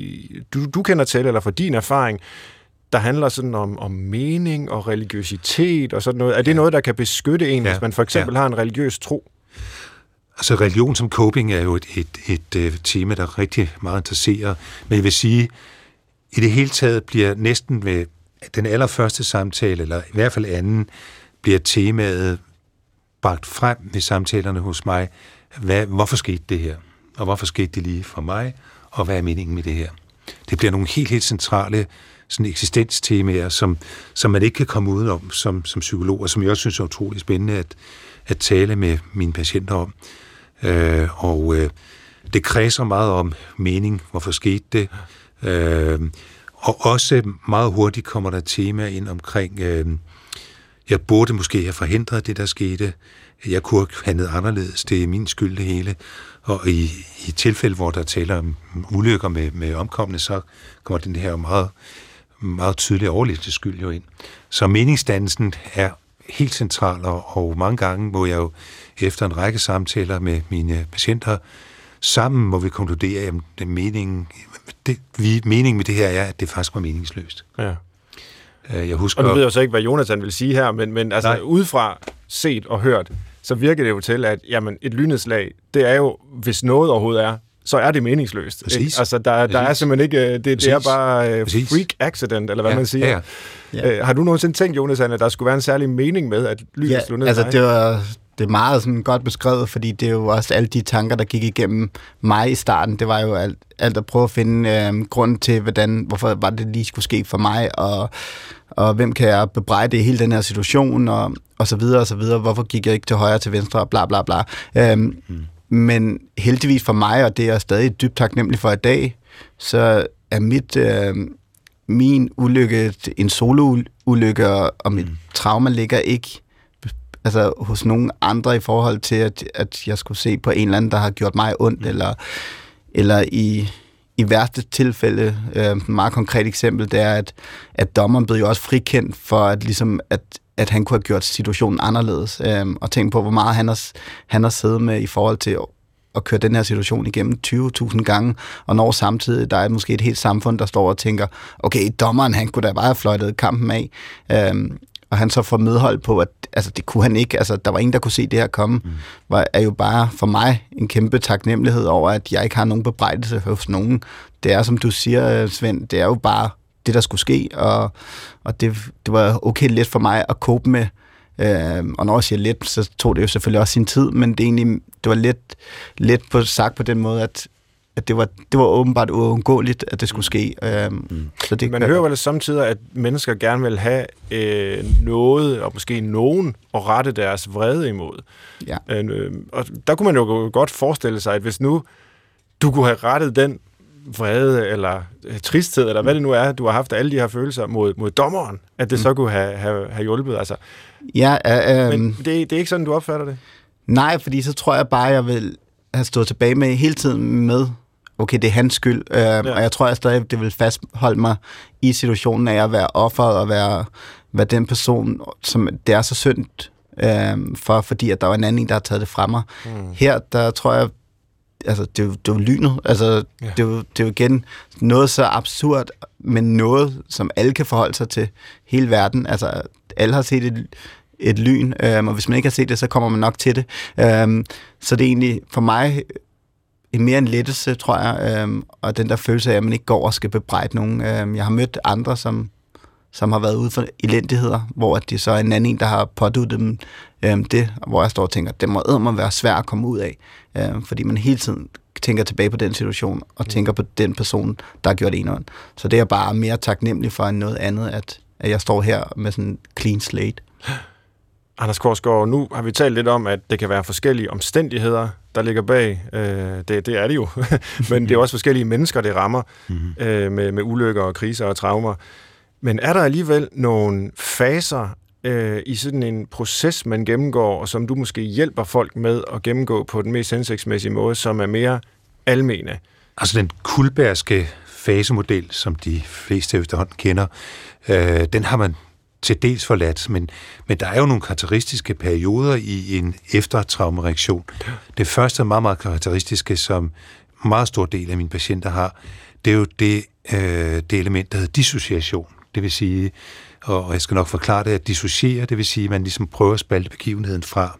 du kender til, eller fra din erfaring, der handler sådan om mening og religiøsitet og sådan noget? Er det noget, der kan beskytte en, hvis man for eksempel har en religiøs tro? Altså religion som coping er jo et tema, der rigtig meget interesserer, men jeg vil sige, i det hele taget bliver næsten ved den allerførste samtale, eller i hvert fald anden, bliver temaet bragt frem ved samtalerne hos mig. Hvorfor skete det her? Og hvorfor skete det lige for mig? og hvad er meningen med det her? Det bliver nogle helt centrale sådan eksistenstemaer, som man ikke kan komme udenom som psykolog, og som jeg også synes er utrolig spændende at tale med mine patienter om. Det kredser meget om mening, hvorfor skete det, og også meget hurtigt kommer der tema ind omkring, jeg burde måske have forhindret det, der skete, jeg kunne have handlet anderledes, det er min skyld det hele, og i tilfælde, hvor der taler om ulykker med omkomne, så kommer den her meget, meget tydelige overlevelse skyld jo ind. Så meningsdannelsen er helt central, og mange gange må jeg jo efter en række samtaler med mine patienter, sammen må vi konkludere, at meningen med det her er, at det faktisk var meningsløst. Ja. Jeg husker, og nu ved jeg så ikke, hvad Jonathan vil sige her, men altså udefra set og hørt, så virker det jo til, at jamen, et lynnedslag, det er jo, hvis noget overhovedet er, så er det meningsløst. Præcis. Altså, der er simpelthen ikke, det er bare freak accident, eller hvad man siger. Ja. Har du nogensinde tænkt, Jonathan, at der skulle være en særlig mening med, at lynet slog ned? Altså, det er meget sådan godt beskrevet, fordi det er jo også alle de tanker, der gik igennem mig i starten. Det var jo alt at prøve at finde grund til, hvorfor var det lige skulle ske for mig, og hvem kan jeg bebrejde i hele den her situation, og så videre, og så videre. Hvorfor gik jeg ikke til højre, til venstre, og bla bla bla. Men heldigvis for mig, og det er jeg stadig dybt taknemmelig for i dag, så er min ulykke en soloulykke, og mit trauma ligger ikke hos nogen andre i forhold til, at jeg skulle se på en eller anden, der har gjort mig ondt, eller i værste tilfælde, et meget konkret eksempel, det er, at dommeren blev jo også frikendt for, at han kunne have gjort situationen anderledes, og tænkt på, hvor meget han har siddet med i forhold til at køre den her situation igennem 20.000 gange, og når samtidig der er måske et helt samfund, der står og tænker, okay, dommeren, han kunne da bare have fløjtet kampen af, og han så får medhold på, at det kunne han ikke, der var ingen, der kunne se det her komme, er jo bare for mig en kæmpe taknemmelighed over, at jeg ikke har nogen bebrejdelse hos nogen. Det er, som du siger, Svend, det er jo bare det, der skulle ske, og det var okay let for mig at cope med, og når jeg siger let, så tog det jo selvfølgelig også sin tid, men det var let sagt på den måde, at det var åbenbart uundgåeligt, at det skulle ske. Så det man hører vel samtidig, at mennesker gerne vil have noget, og måske nogen, at rette deres vrede imod. Ja. Og der kunne man jo godt forestille sig, at hvis nu du kunne have rettet den vrede, eller tristhed, eller hvad det nu er, du har haft alle de her følelser mod dommeren, at det så kunne have hjulpet. Altså. Ja, men det er ikke sådan, du opfatter det? Nej, fordi så tror jeg bare, jeg vil have stået tilbage med hele tiden med, okay, det er hans skyld, og jeg tror, jeg stadig, det vil fastholde mig i situationen af at være offeret og være den person, som det er så synd fordi at der var en anden, der har taget det fra mig. Her, der tror jeg, det er jo lynet. Det er jo igen noget så absurd, men noget, som alle kan forholde sig til hele verden. Alle har set et lyn, og hvis man ikke har set det, så kommer man nok til det. Så det er egentlig for mig mere en lettelse, tror jeg, og den der følelse af, at man ikke går og skal bebrejde nogen. Jeg har mødt andre, som har været ude for elendigheder, hvor det så er en anden, der har påduttet dem det, hvor jeg står og tænker, det må være svært at komme ud af, fordi man hele tiden tænker tilbage på den situation, og tænker på den person, der har gjort en ondt. Så det er bare mere taknemmelig for end noget andet, at jeg står her med sådan en clean slate. Anders Korsgaard, nu har vi talt lidt om, at det kan være forskellige omstændigheder, der ligger bag. Det er det jo. Men det er også forskellige mennesker, det rammer med ulykker og kriser og traumer. Men er der alligevel nogle faser i sådan en proces, man gennemgår, og som du måske hjælper folk med at gennemgå på den mest hensigtsmæssige måde, som er mere almene? Den Kullbergske fasemodel, som de fleste efterhånden kender, den har man til dels forladt, men der er jo nogle karakteristiske perioder i en eftertraumereaktion. Det første er meget, meget karakteristiske, som en meget stor del af mine patienter har, det er jo det element, der hedder dissociation. Det vil sige, og jeg skal nok forklare det, at dissociere, det vil sige, at man ligesom prøver at spalte begivenheden fra.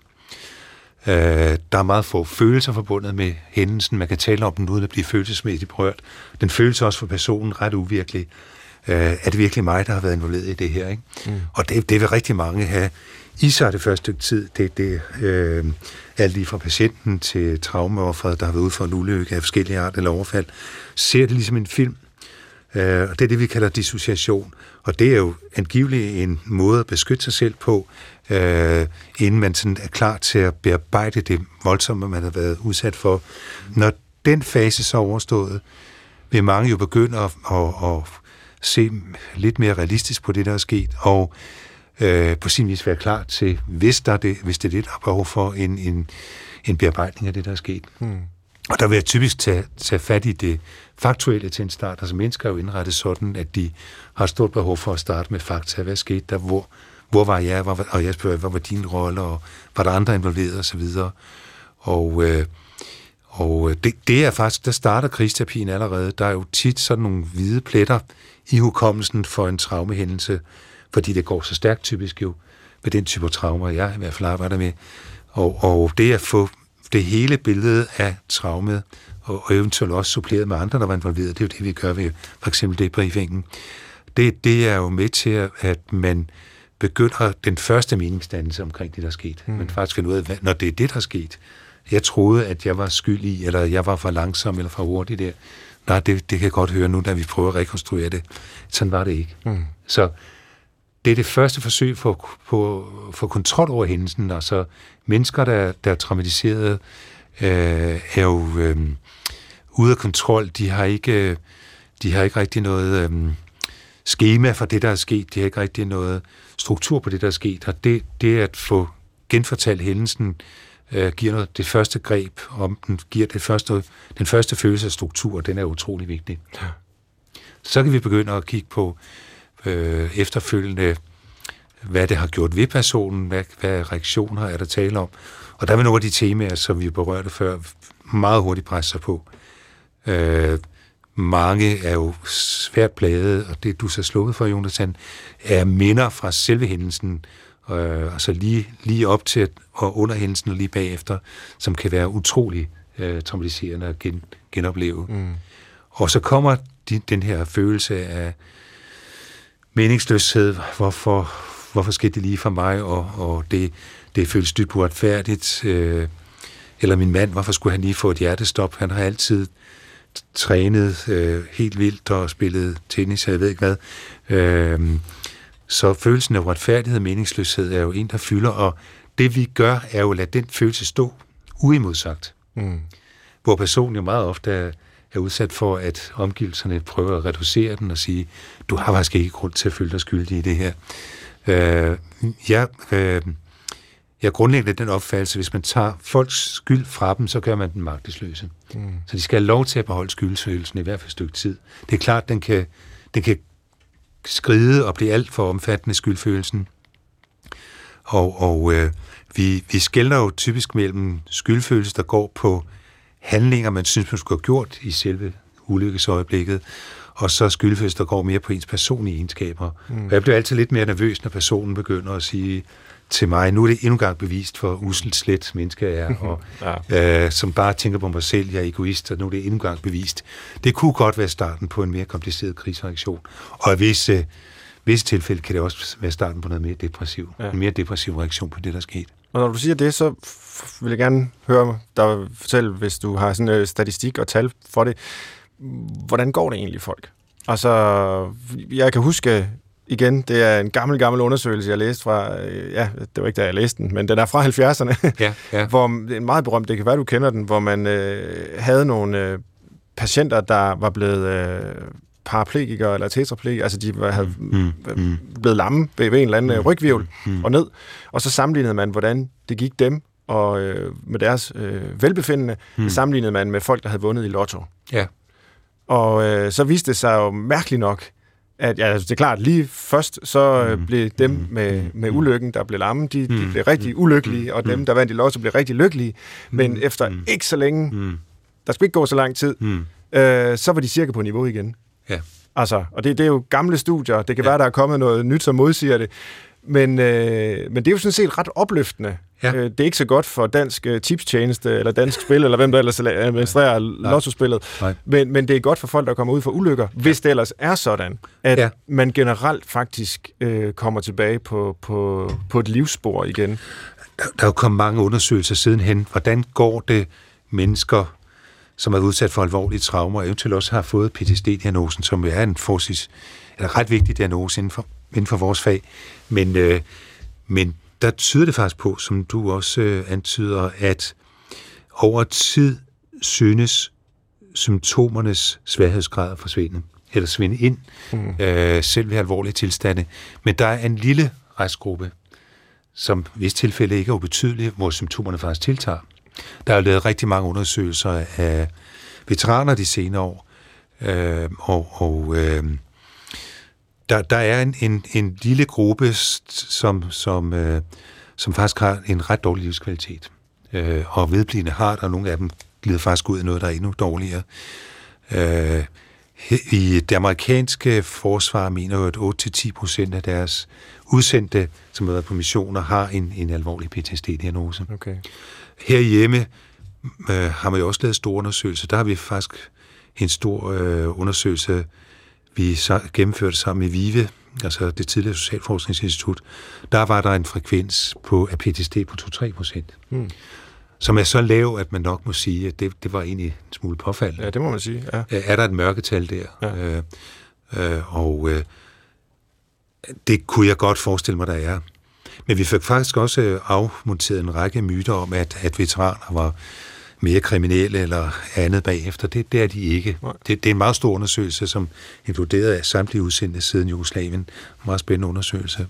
Der er meget få følelser forbundet med hændelsen. Man kan tale om den uden at blive følelsesmæssigt berørt. Den føles også for personen ret uvirkelig. er det virkelig mig, der har været involveret i det her, ikke? Og det vil rigtig mange have i sig det første stykke tid. Det alt lige fra patienten til traumeofferet, der har været ude for en ulykke af forskellige art eller overfald, ser det ligesom en film. Og det er det, vi kalder dissociation. Og det er jo angiveligt en måde at beskytte sig selv på, inden man sådan er klar til at bearbejde det voldsomme, man har været udsat for. Når den fase så er overstået, vil mange jo begynde at se lidt mere realistisk på det, der er sket, og på sin vis være klar til, hvis det er det, der er behov for en bearbejdning af det, der er sket. Og der vil jeg typisk tage fat i det faktuelle til en start. Altså mennesker er jo indrettet sådan, at de har stort behov for at starte med fakta. Hvad skete der? Hvor var jeg? Og jeg spørger, hvad var din rolle? Og var der andre involveret? Og så videre. Og det er faktisk, der starter krigsterapien allerede. Der er jo tit sådan nogle hvide pletter i hukommelsen for en traumehændelse, fordi det går så stærkt typisk jo med den type traumer, jeg i hvert fald arbejder med. Og det at få det hele billede af traumet, og eventuelt også suppleret med andre, der var involveret, det er jo det, vi gør ved for eksempel debriefingen. Det er jo med til, at man begynder den første meningsdannelse omkring det, der er sket. Man faktisk finder ud af, når det er det, der er sket. Jeg troede, at jeg var skyld i, eller jeg var for langsom eller for hurtig der. Nej, det kan jeg godt høre nu, da vi prøver at rekonstruere det. Sådan var det ikke. Så det er det første forsøg for kontrol over hændelsen, og så mennesker, der er traumatiseret, er jo ude af kontrol. De har ikke rigtig noget skema for det, der er sket. De har ikke rigtig noget struktur på det, der er sket. Og det at få genfortalt hændelsen, giver det første greb om den, giver den første følelse af struktur, den er utrolig vigtig. Ja. Så kan vi begynde at kigge på efterfølgende, hvad det har gjort ved personen, hvad reaktioner er der tale om. Og der vil nogle af de temaer, som vi berørte før, meget hurtigt presse sig på. Mange er jo svært plaget, og det du så slået for, Jonathan, er minder fra selve hændelsen, altså lige op til og under hændelsen og lige bagefter, som kan være utrolig traumatiserende at genopleve. Og så kommer den her følelse af meningsløshed, hvorfor skete det lige for mig, og det føles dybt uretfærdigt, eller min mand, hvorfor skulle han lige få et hjertestop? Han har altid trænet helt vildt og spillet tennis, jeg ved ikke hvad. Så følelsen af uretfærdighed og meningsløshed er jo en, der fylder, og det vi gør, er jo at lade den følelse stå uimodsagt. Hvor personen jo meget ofte er udsat for, at omgivelserne prøver at reducere den og sige, du har faktisk ikke grund til at føle dig skyldig i det her. Jeg er grundlæggende den opfattelse, hvis man tager folks skyld fra dem, så gør man den magtesløse. Så de skal have lov til at beholde skyldsfølelsen i hvert fald et stykke tid. Det er klart, den kan skride og blive alt for omfattende skyldfølelsen. Og vi skelner jo typisk mellem skyldfølelse, der går på handlinger, man synes, man skulle have gjort i selve ulykkesøjeblikket, og så skyldfølelse, der går mere på ens personlige egenskaber. Og jeg bliver altid lidt mere nervøs, når personen begynder at sige til mig, nu er det endnu en gang bevist, hvor uselt slet menneske er, og som bare tænker på mig selv, jeg er egoist, og nu er det endnu en gang bevist. Det kunne godt være starten på en mere kompliceret krigsreaktion, og i visse tilfælde kan det også være starten på noget mere depressiv, en mere depressiv reaktion på det, der er sket. Og når du siger det, så vil jeg gerne høre dig fortælle, hvis du har sådan en statistik og tal for det, hvordan går det egentlig folk? Altså, jeg kan huske igen, det er en gammel undersøgelse, jeg læste fra, det var ikke da jeg læste den, men den er fra 70'erne, hvor det er en meget berømt, det kan være, du kender den, hvor man havde nogle patienter, der var blevet paraplegikere eller tetraplegikere, altså de havde blevet lamme ved en eller anden ryghvirvel og ned, og så sammenlignede man, hvordan det gik dem og med deres velbefindende, sammenlignede man med folk, der havde vundet i lotto. Ja. Og så viste det sig jo mærkeligt nok, at det er klart, lige først så blev dem med ulykken, der blev lamme, de blev rigtig ulykkelige, og dem, der vandt i lotto, blev rigtig lykkelige. Men efter ikke så længe, der skulle ikke gå så lang tid, så var de cirka på niveau igen. Ja. Altså, og det er jo gamle studier, det kan være, der er kommet noget nyt, som modsiger det, Men det er jo sådan set ret opløftende. Ja. Det er ikke så godt for dansk tipstjeneste, eller dansk spil, eller hvem der ellers administrerer lottospillet. Men det er godt for folk, der kommer ud for ulykker, hvis det ellers er sådan, at man generelt faktisk kommer tilbage på et livsspor igen. Der er jo kommet mange undersøgelser sidenhen. Hvordan går det mennesker, som er udsat for alvorlige traumer, og eventuelt også har fået PTSD-diagnosen, som er en ret vigtig diagnose inden for vores fag. Men der tyder det faktisk på, som du også antyder, at over tid synes symptomernes sværhedsgrad at forsvinde, eller svinde ind, selv ved alvorlige tilstande. Men der er en lille restgruppe, som i vist tilfælde ikke er ubetydelig, hvor symptomerne faktisk tiltager. Der er jo lavet rigtig mange undersøgelser af veteraner de senere år, der er en lille gruppe, som faktisk har en ret dårlig livskvalitet. Og vedblivende har der, nogle af dem glider faktisk ud i noget, der er endnu dårligere. I det amerikanske forsvar mener jo, at 8-10% af deres udsendte, som har været på missioner, har en alvorlig PTSD-diagnose. Okay. Herhjemme har man jo også lavet store undersøgelser. Der har vi faktisk en stor undersøgelse, vi gennemførte sammen med VIVE, altså det tidligere Socialforskningsinstitut. Der var der en frekvens af PTSD på 2-3%. Som er så lav, at man nok må sige, at det var egentlig en smule påfaldende. Ja, det må man sige, ja. Er der et mørketal der? Ja. Det kunne jeg godt forestille mig, der er. Men vi fik faktisk også afmonteret en række myter om, at veteraner var mere kriminelle eller andet bagefter. Det er de ikke. Det er en meget stor undersøgelse, som inkluderede samtlige udsendte siden Jugoslavien. En meget spændende undersøgelse.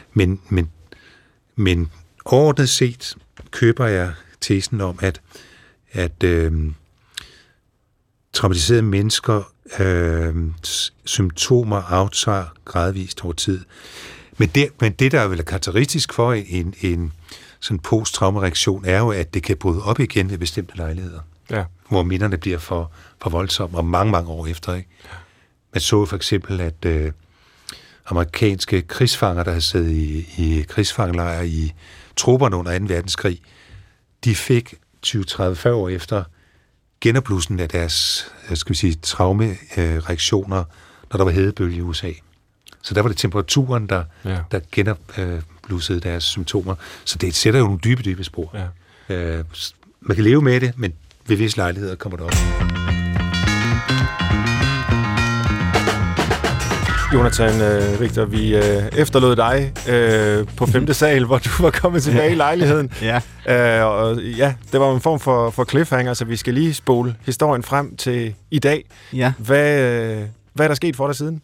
Men overordnet set køber jeg tesen om, at traumatiserede mennesker symptomer aftager gradvist over tid. Men det, der er vel karakteristisk for en sådan post-traumareaktion, er jo, at det kan bryde op igen ved bestemte lejligheder. Ja. Hvor minderne bliver for voldsomme, og mange, mange år efter. Ikke? Man så for eksempel, at amerikanske krigsfanger, der havde siddet i krigsfangelejre i trupperne under 2. verdenskrig, de fik 20-30-40 år efter genopblussen af deres, traumereaktioner, når der var hedebølge i USA. Så der var det temperaturen, der genopblussede deres symptomer. Så det sætter jo nogle dybe spor. Ja. Man kan leve med det, men ved visse lejligheder kommer det op. Jonathan Richter, vi efterlod dig på 5. sal, hvor du var kommet tilbage i lejligheden. Det var en form for cliffhanger, så vi skal lige spole historien frem til i dag. Ja. Hvad er der sket for dig siden?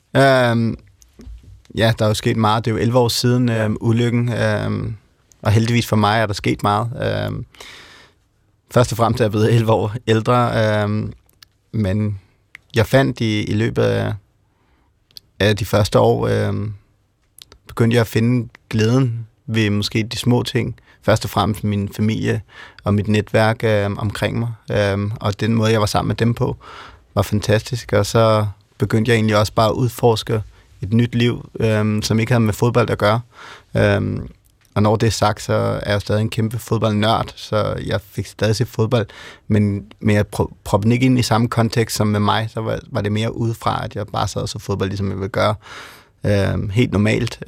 Der er jo sket meget. Det er jo 11 år siden ulykken, og heldigvis for mig er der sket meget. Først og fremmest er jeg blevet 11 år ældre, men jeg fandt i løbet af de første år, begyndte jeg at finde glæden ved måske de små ting. Først og fremmest min familie og mit netværk omkring mig, og den måde, jeg var sammen med dem på, var fantastisk. Og så begyndte jeg egentlig også bare at udforske et nyt liv, som ikke havde med fodbold at gøre. Og når det er sagt, så er jeg stadig en kæmpe fodboldnørd, så jeg fik stadig set fodbold, men jeg proppede den ikke ind i samme kontekst som med mig, så var det mere udefra, at jeg bare sad og så fodbold, ligesom jeg ville gøre helt normalt.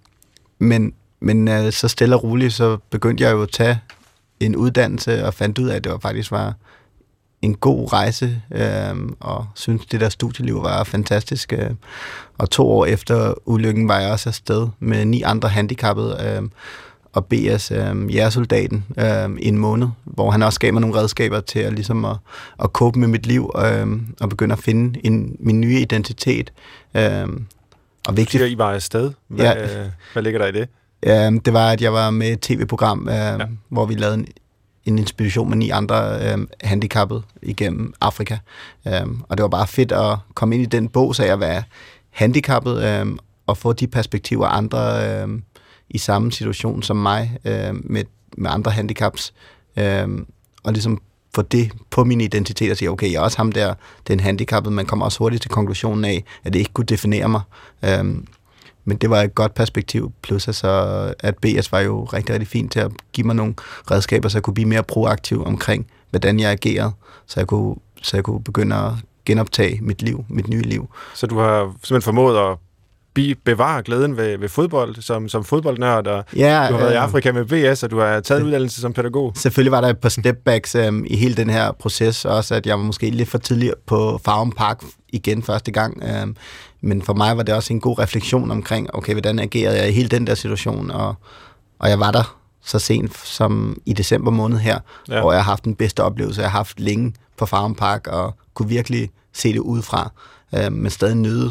Men så stille og roligt, så begyndte jeg jo at tage en uddannelse, og fandt ud af, at det faktisk var en god rejse, og synes det der studieliv var fantastisk. Og 2 år efter ulykken var jeg også afsted med 9 andre handicappede, og BS jægersoldaten i en måned, hvor han også gav mig nogle redskaber til at, ligesom at cope med mit liv, og begynde at finde min nye identitet. Og vigtigt. I var afsted? Hvad ligger der i det? Det var, at jeg var med et tv-program, hvor vi lavede en inspiration med 9 andre handicappede igennem Afrika. Og det var bare fedt at komme ind i den bog, så jeg var handicappet, og få de perspektiver andre i samme situation som mig, med andre handicaps, og ligesom få det på min identitet og sige, okay, jeg er også ham der, den handicappede, man kommer også hurtigt til konklusionen af, at det ikke kunne definere mig. men det var et godt perspektiv, plus altså, at BS var jo rigtig, rigtig fint til at give mig nogle redskaber, så jeg kunne blive mere proaktiv omkring, hvordan jeg agerede, så jeg kunne begynde at genoptage mit nye liv. Så du har simpelthen formået at bevare glæden ved fodbold, som fodboldnørd, og du har været i Afrika med BS, og du har taget en uddannelse som pædagog. Selvfølgelig var der et par stepbacks i hele den her proces, også at jeg var måske lidt for tidlig på Farum Park igen første gang, men for mig var det også en god refleksion omkring, okay, hvordan agerede jeg i hele den der situation, og jeg var der så sent som i december måned her, hvor jeg har haft den bedste oplevelse, jeg har haft længe på Farum Park, og kunne virkelig se det udefra, men stadig nyde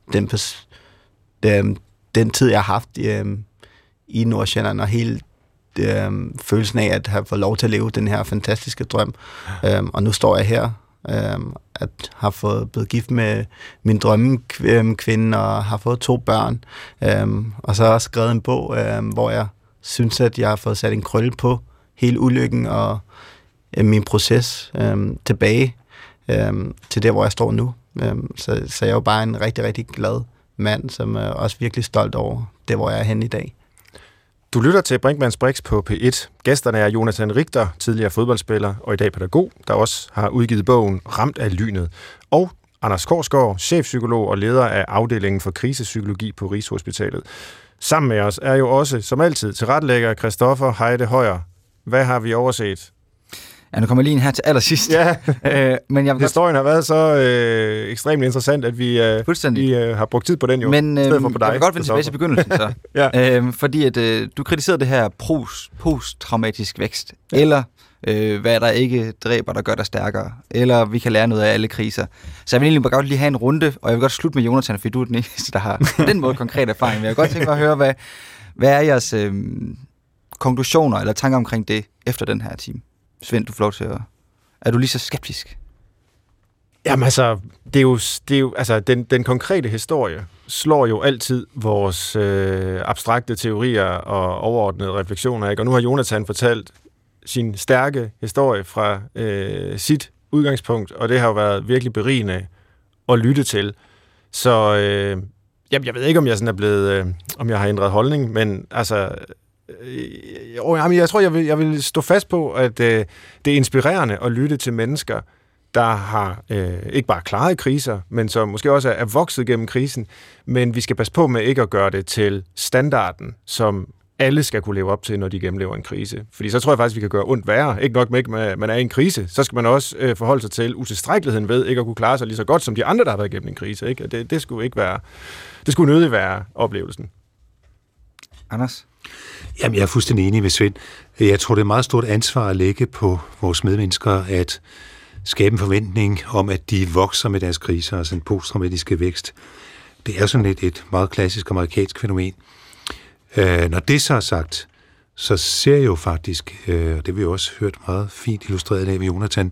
den tid, jeg har haft i Nordsjælland, og hele følelsen af at have fået lov til at leve den her fantastiske drøm. Og nu står jeg her, at har fået blevet gift med min drømmekvinde, og har fået 2 børn, og så har jeg også skrevet en bog, hvor jeg synes, at jeg har fået sat en krølle på hele ulykken og min proces tilbage til der, hvor jeg står nu. Så jeg er jo bare en rigtig, rigtig glad mand, som er også virkelig stolt over det, hvor jeg er henne i dag. Du lytter til Brinkmanns Brix på P1. Gæsterne er Jonathan Richter, tidligere fodboldspiller og i dag pædagog, der også har udgivet bogen Ramt af lynet, og Anders Korsgaard, chefpsykolog og leder af afdelingen for krisepsykologi på Rigshospitalet. Sammen med os er jo også, som altid, tilrettelægger Christoffer Heide Højer. Hvad har vi overset? Ja, nu kommer jeg lige ind her til allersidst. Ja, men jeg historien har været så ekstremt interessant, at vi har brugt tid på den jo. Men jeg vil godt vende tilbage til begyndelsen så. Fordi at du kritiserede det her posttraumatisk vækst, eller hvad der ikke dræber, der gør dig stærkere, eller vi kan lære noget af alle kriser. Så jeg vil egentlig bare godt lige have en runde, og jeg vil godt slutte med Jonathan, fordi du er den eneste, der har på den måde konkret erfaring. Men jeg vil godt tænke mig at høre, hvad er jeres konklusioner eller tanker omkring det efter den her time? Svend, du får lov til at... Er du lige så skeptisk? Jamen altså, det er jo altså, den konkrete historie slår jo altid vores abstrakte teorier og overordnede refleksioner, ikke? Og nu har Jonathan fortalt sin stærke historie fra sit udgangspunkt, og det har jo været virkelig berigende at lytte til. Så jeg ved ikke, om jeg sådan er blevet... om jeg har ændret holdning, men altså... Jeg tror, jeg vil stå fast på, at det er inspirerende at lytte til mennesker, der har ikke bare klaret kriser, men som måske også er vokset gennem krisen, men vi skal passe på med ikke at gøre det til standarden, som alle skal kunne leve op til, når de gennemlever en krise. Fordi så tror jeg faktisk, vi kan gøre ondt værre. Ikke nok med, at man er i en krise, så skal man også forholde sig til utilstrækkeligheden ved ikke at kunne klare sig lige så godt, som de andre, der har været igennem en krise. Ikke? Det skulle ikke være... Det skulle nødig være oplevelsen. Anders? Jamen, jeg er fuldstændig enig med Svend. Jeg tror, det er et meget stort ansvar at lægge på vores medmennesker at skabe en forventning om, at de vokser med deres kriser, altså en posttraumatiske vækst. Det er sådan et meget klassisk amerikansk fænomen. Når det så er sagt, så ser jeg jo faktisk, og det har vi også hørt meget fint illustreret af med Jonathan,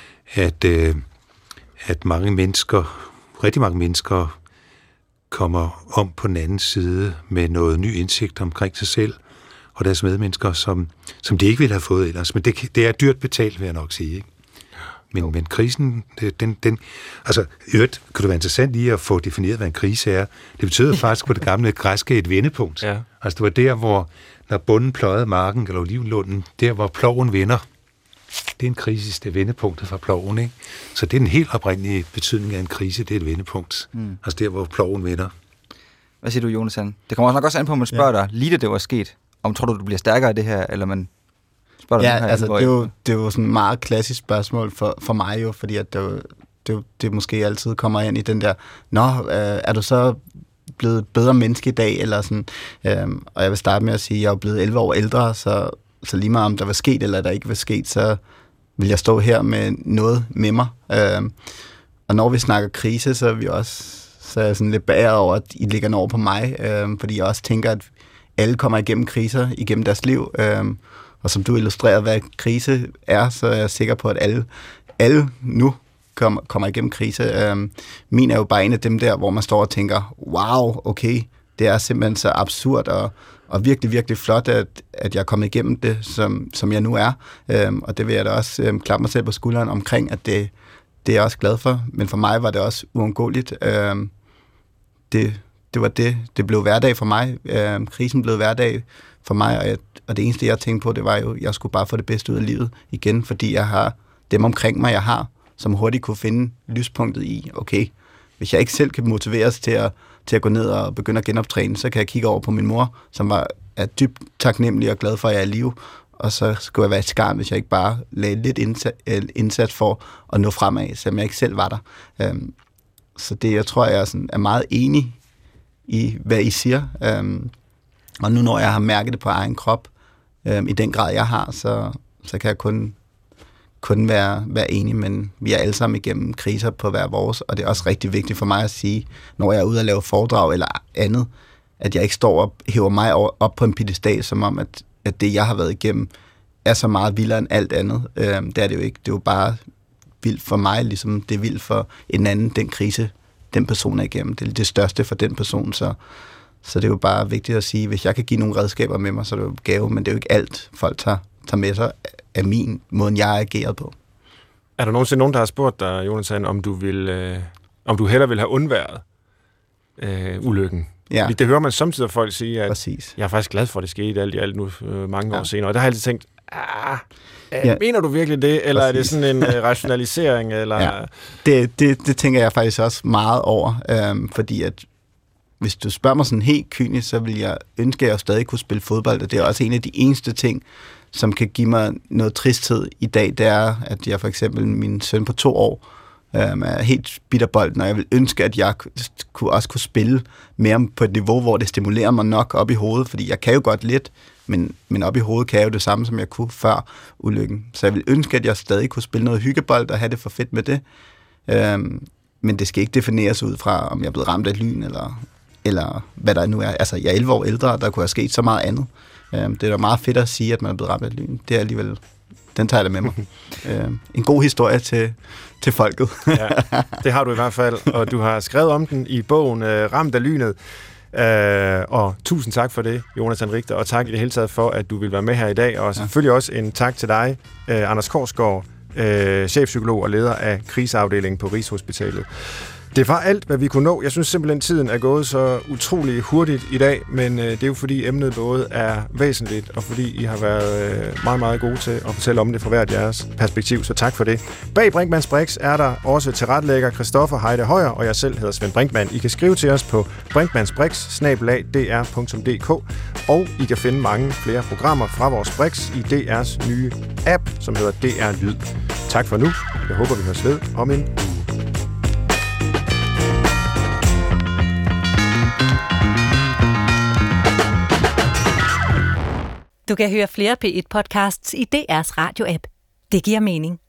at mange mennesker, rigtig mange mennesker, kommer om på den anden side med noget ny indsigt omkring sig selv og deres medmennesker, som de ikke ville have fået ellers. Men det er dyrt betalt, vil jeg nok sige, ikke? Men krisen, den altså, øvrigt kan det være interessant lige at få defineret, hvad en krise er. Det betyder faktisk på det gamle græske et vendepunkt. Ja. Altså det var der, hvor når bunden pløjede marken, eller olivenlunden, der hvor ploven vender. Det er en krise, det er vendepunktet fra ploven, ikke? Så det er den helt oprindelige betydning af en krise, det er et vendepunkt. Altså der, hvor ploven vender. Hvad siger du, Jonathan? Det kommer også nok også an på, at man spørger dig, lige da det var sket, om tror du bliver stærkere af det her, eller man spørger dig her? Altså det er jo sådan et meget klassisk spørgsmål for mig jo, fordi at det måske altid kommer ind i den der, er du så blevet bedre menneske i dag, eller sådan, og jeg vil starte med at sige, at jeg er blevet 11 år ældre, så lige meget om der var sket, eller der ikke var sket, så vil jeg stå her med noget med mig. Og når vi snakker krise, så er vi også så er jeg sådan lidt beæret over, at I ligger over på mig, fordi jeg også tænker, at alle kommer igennem kriser, igennem deres liv, og som du illustrerer, hvad krise er, så er jeg sikker på, at alle nu kommer igennem krise. Min er jo bare en af dem der, hvor man står og tænker, wow, okay, det er simpelthen så absurd og virkelig, virkelig flot, at jeg er kommet igennem det, som jeg nu er. Og det vil jeg da også klappe mig selv på skulderen omkring, at det er jeg også glad for. Men for mig var det også uundgåeligt. det var det. Det blev hverdag for mig. Krisen blev hverdag for mig, og det eneste, jeg tænkte på, det var jo, at jeg skulle bare få det bedste ud af livet igen, fordi jeg har dem omkring mig, jeg har, som hurtigt kunne finde lyspunktet i, okay, hvis jeg ikke selv kan motiveres til at gå ned og begynde at genoptræne, så kan jeg kigge over på min mor, som er dybt taknemmelig og glad for, at jeg er i live, og så skulle jeg være et skarn, hvis jeg ikke bare lagde lidt indsats for at nå fremad, selvom jeg ikke selv var der. Så det, jeg tror, jeg er meget enig i, hvad I siger. Og nu når jeg har mærket det på egen krop, i den grad jeg har, så kan jeg kun være enig, men vi er alle sammen igennem kriser på hver vores, og det er også rigtig vigtigt for mig at sige, når jeg er ude og lave foredrag eller andet, at jeg ikke står og hæver mig op på en piedestal, som om, at det, jeg har været igennem, er så meget vildere end alt andet. Det er det jo ikke. Det er jo bare vildt for mig, ligesom det er vildt for en anden, den krise, den person er igennem. Det er det største for den person, så det er jo bare vigtigt at sige, hvis jeg kan give nogle redskaber med mig, så er det jo gave, men det er jo ikke alt, folk tager med sig af min måde, jeg har ageret på. Er der nogensinde nogen, der har spurgt dig, Jonathan, om du hellere vil have undværet ulykken? Ja. Det hører man samtidig folk sige, at præcis. Jeg er faktisk glad for, at det skete alt i alt nu mange år senere. Og der har jeg altid tænkt, mener du virkelig det, eller præcis. Er det sådan en rationalisering? Eller? Ja. Det tænker jeg faktisk også meget over, fordi at hvis du spørger mig sådan helt kynisk, så vil jeg ønske, at jeg stadig kunne spille fodbold, og det er også en af de eneste ting, som kan give mig noget tristhed i dag, det er, at jeg for eksempel, min søn på 2 år, er helt bitterbolden, og jeg vil ønske, at jeg også kunne spille mere på et niveau, hvor det stimulerer mig nok op i hovedet, fordi jeg kan jo godt lidt, men op i hovedet kan jeg jo det samme, som jeg kunne før ulykken. Så jeg vil ønske, at jeg stadig kunne spille noget hyggebold og have det for fedt med det. Men det skal ikke defineres ud fra, om jeg er blevet ramt af lyn, eller hvad der nu er. Altså, jeg er 11 år ældre, og der kunne have sket så meget andet. Det er da meget fedt at sige, at man er blevet ramt af lyn. Det er alligevel, den tager jeg da med mig. En god historie til folket. Ja, det har du i hvert fald, og du har skrevet om den i bogen Ramt af lynet. Og tusind tak for det, Jonathan Richter, og tak i det hele taget for, at du vil være med her i dag, og selvfølgelig også en tak til dig, Anders Korsgaard, chefpsykolog og leder af kriseafdelingen på Rigshospitalet. Det var alt, hvad vi kunne nå. Jeg synes simpelthen, tiden er gået så utrolig hurtigt i dag, men det er jo fordi emnet både er væsentligt, og fordi I har været meget, meget gode til at fortælle om det fra hvert jeres perspektiv, så tak for det. Bag Brinkmanns Brix er der også tilrettelægger Christoffer Heide Højer, og jeg selv hedder Svend Brinkmann. I kan skrive til os på brinkmannsbrix@dr.dk, og I kan finde mange flere programmer fra vores Brix i DR's nye app, som hedder DR Lyd. Tak for nu. Jeg håber, vi høres ved om en uge. Du kan høre flere P1-podcasts i DR's radio-app. Det giver mening.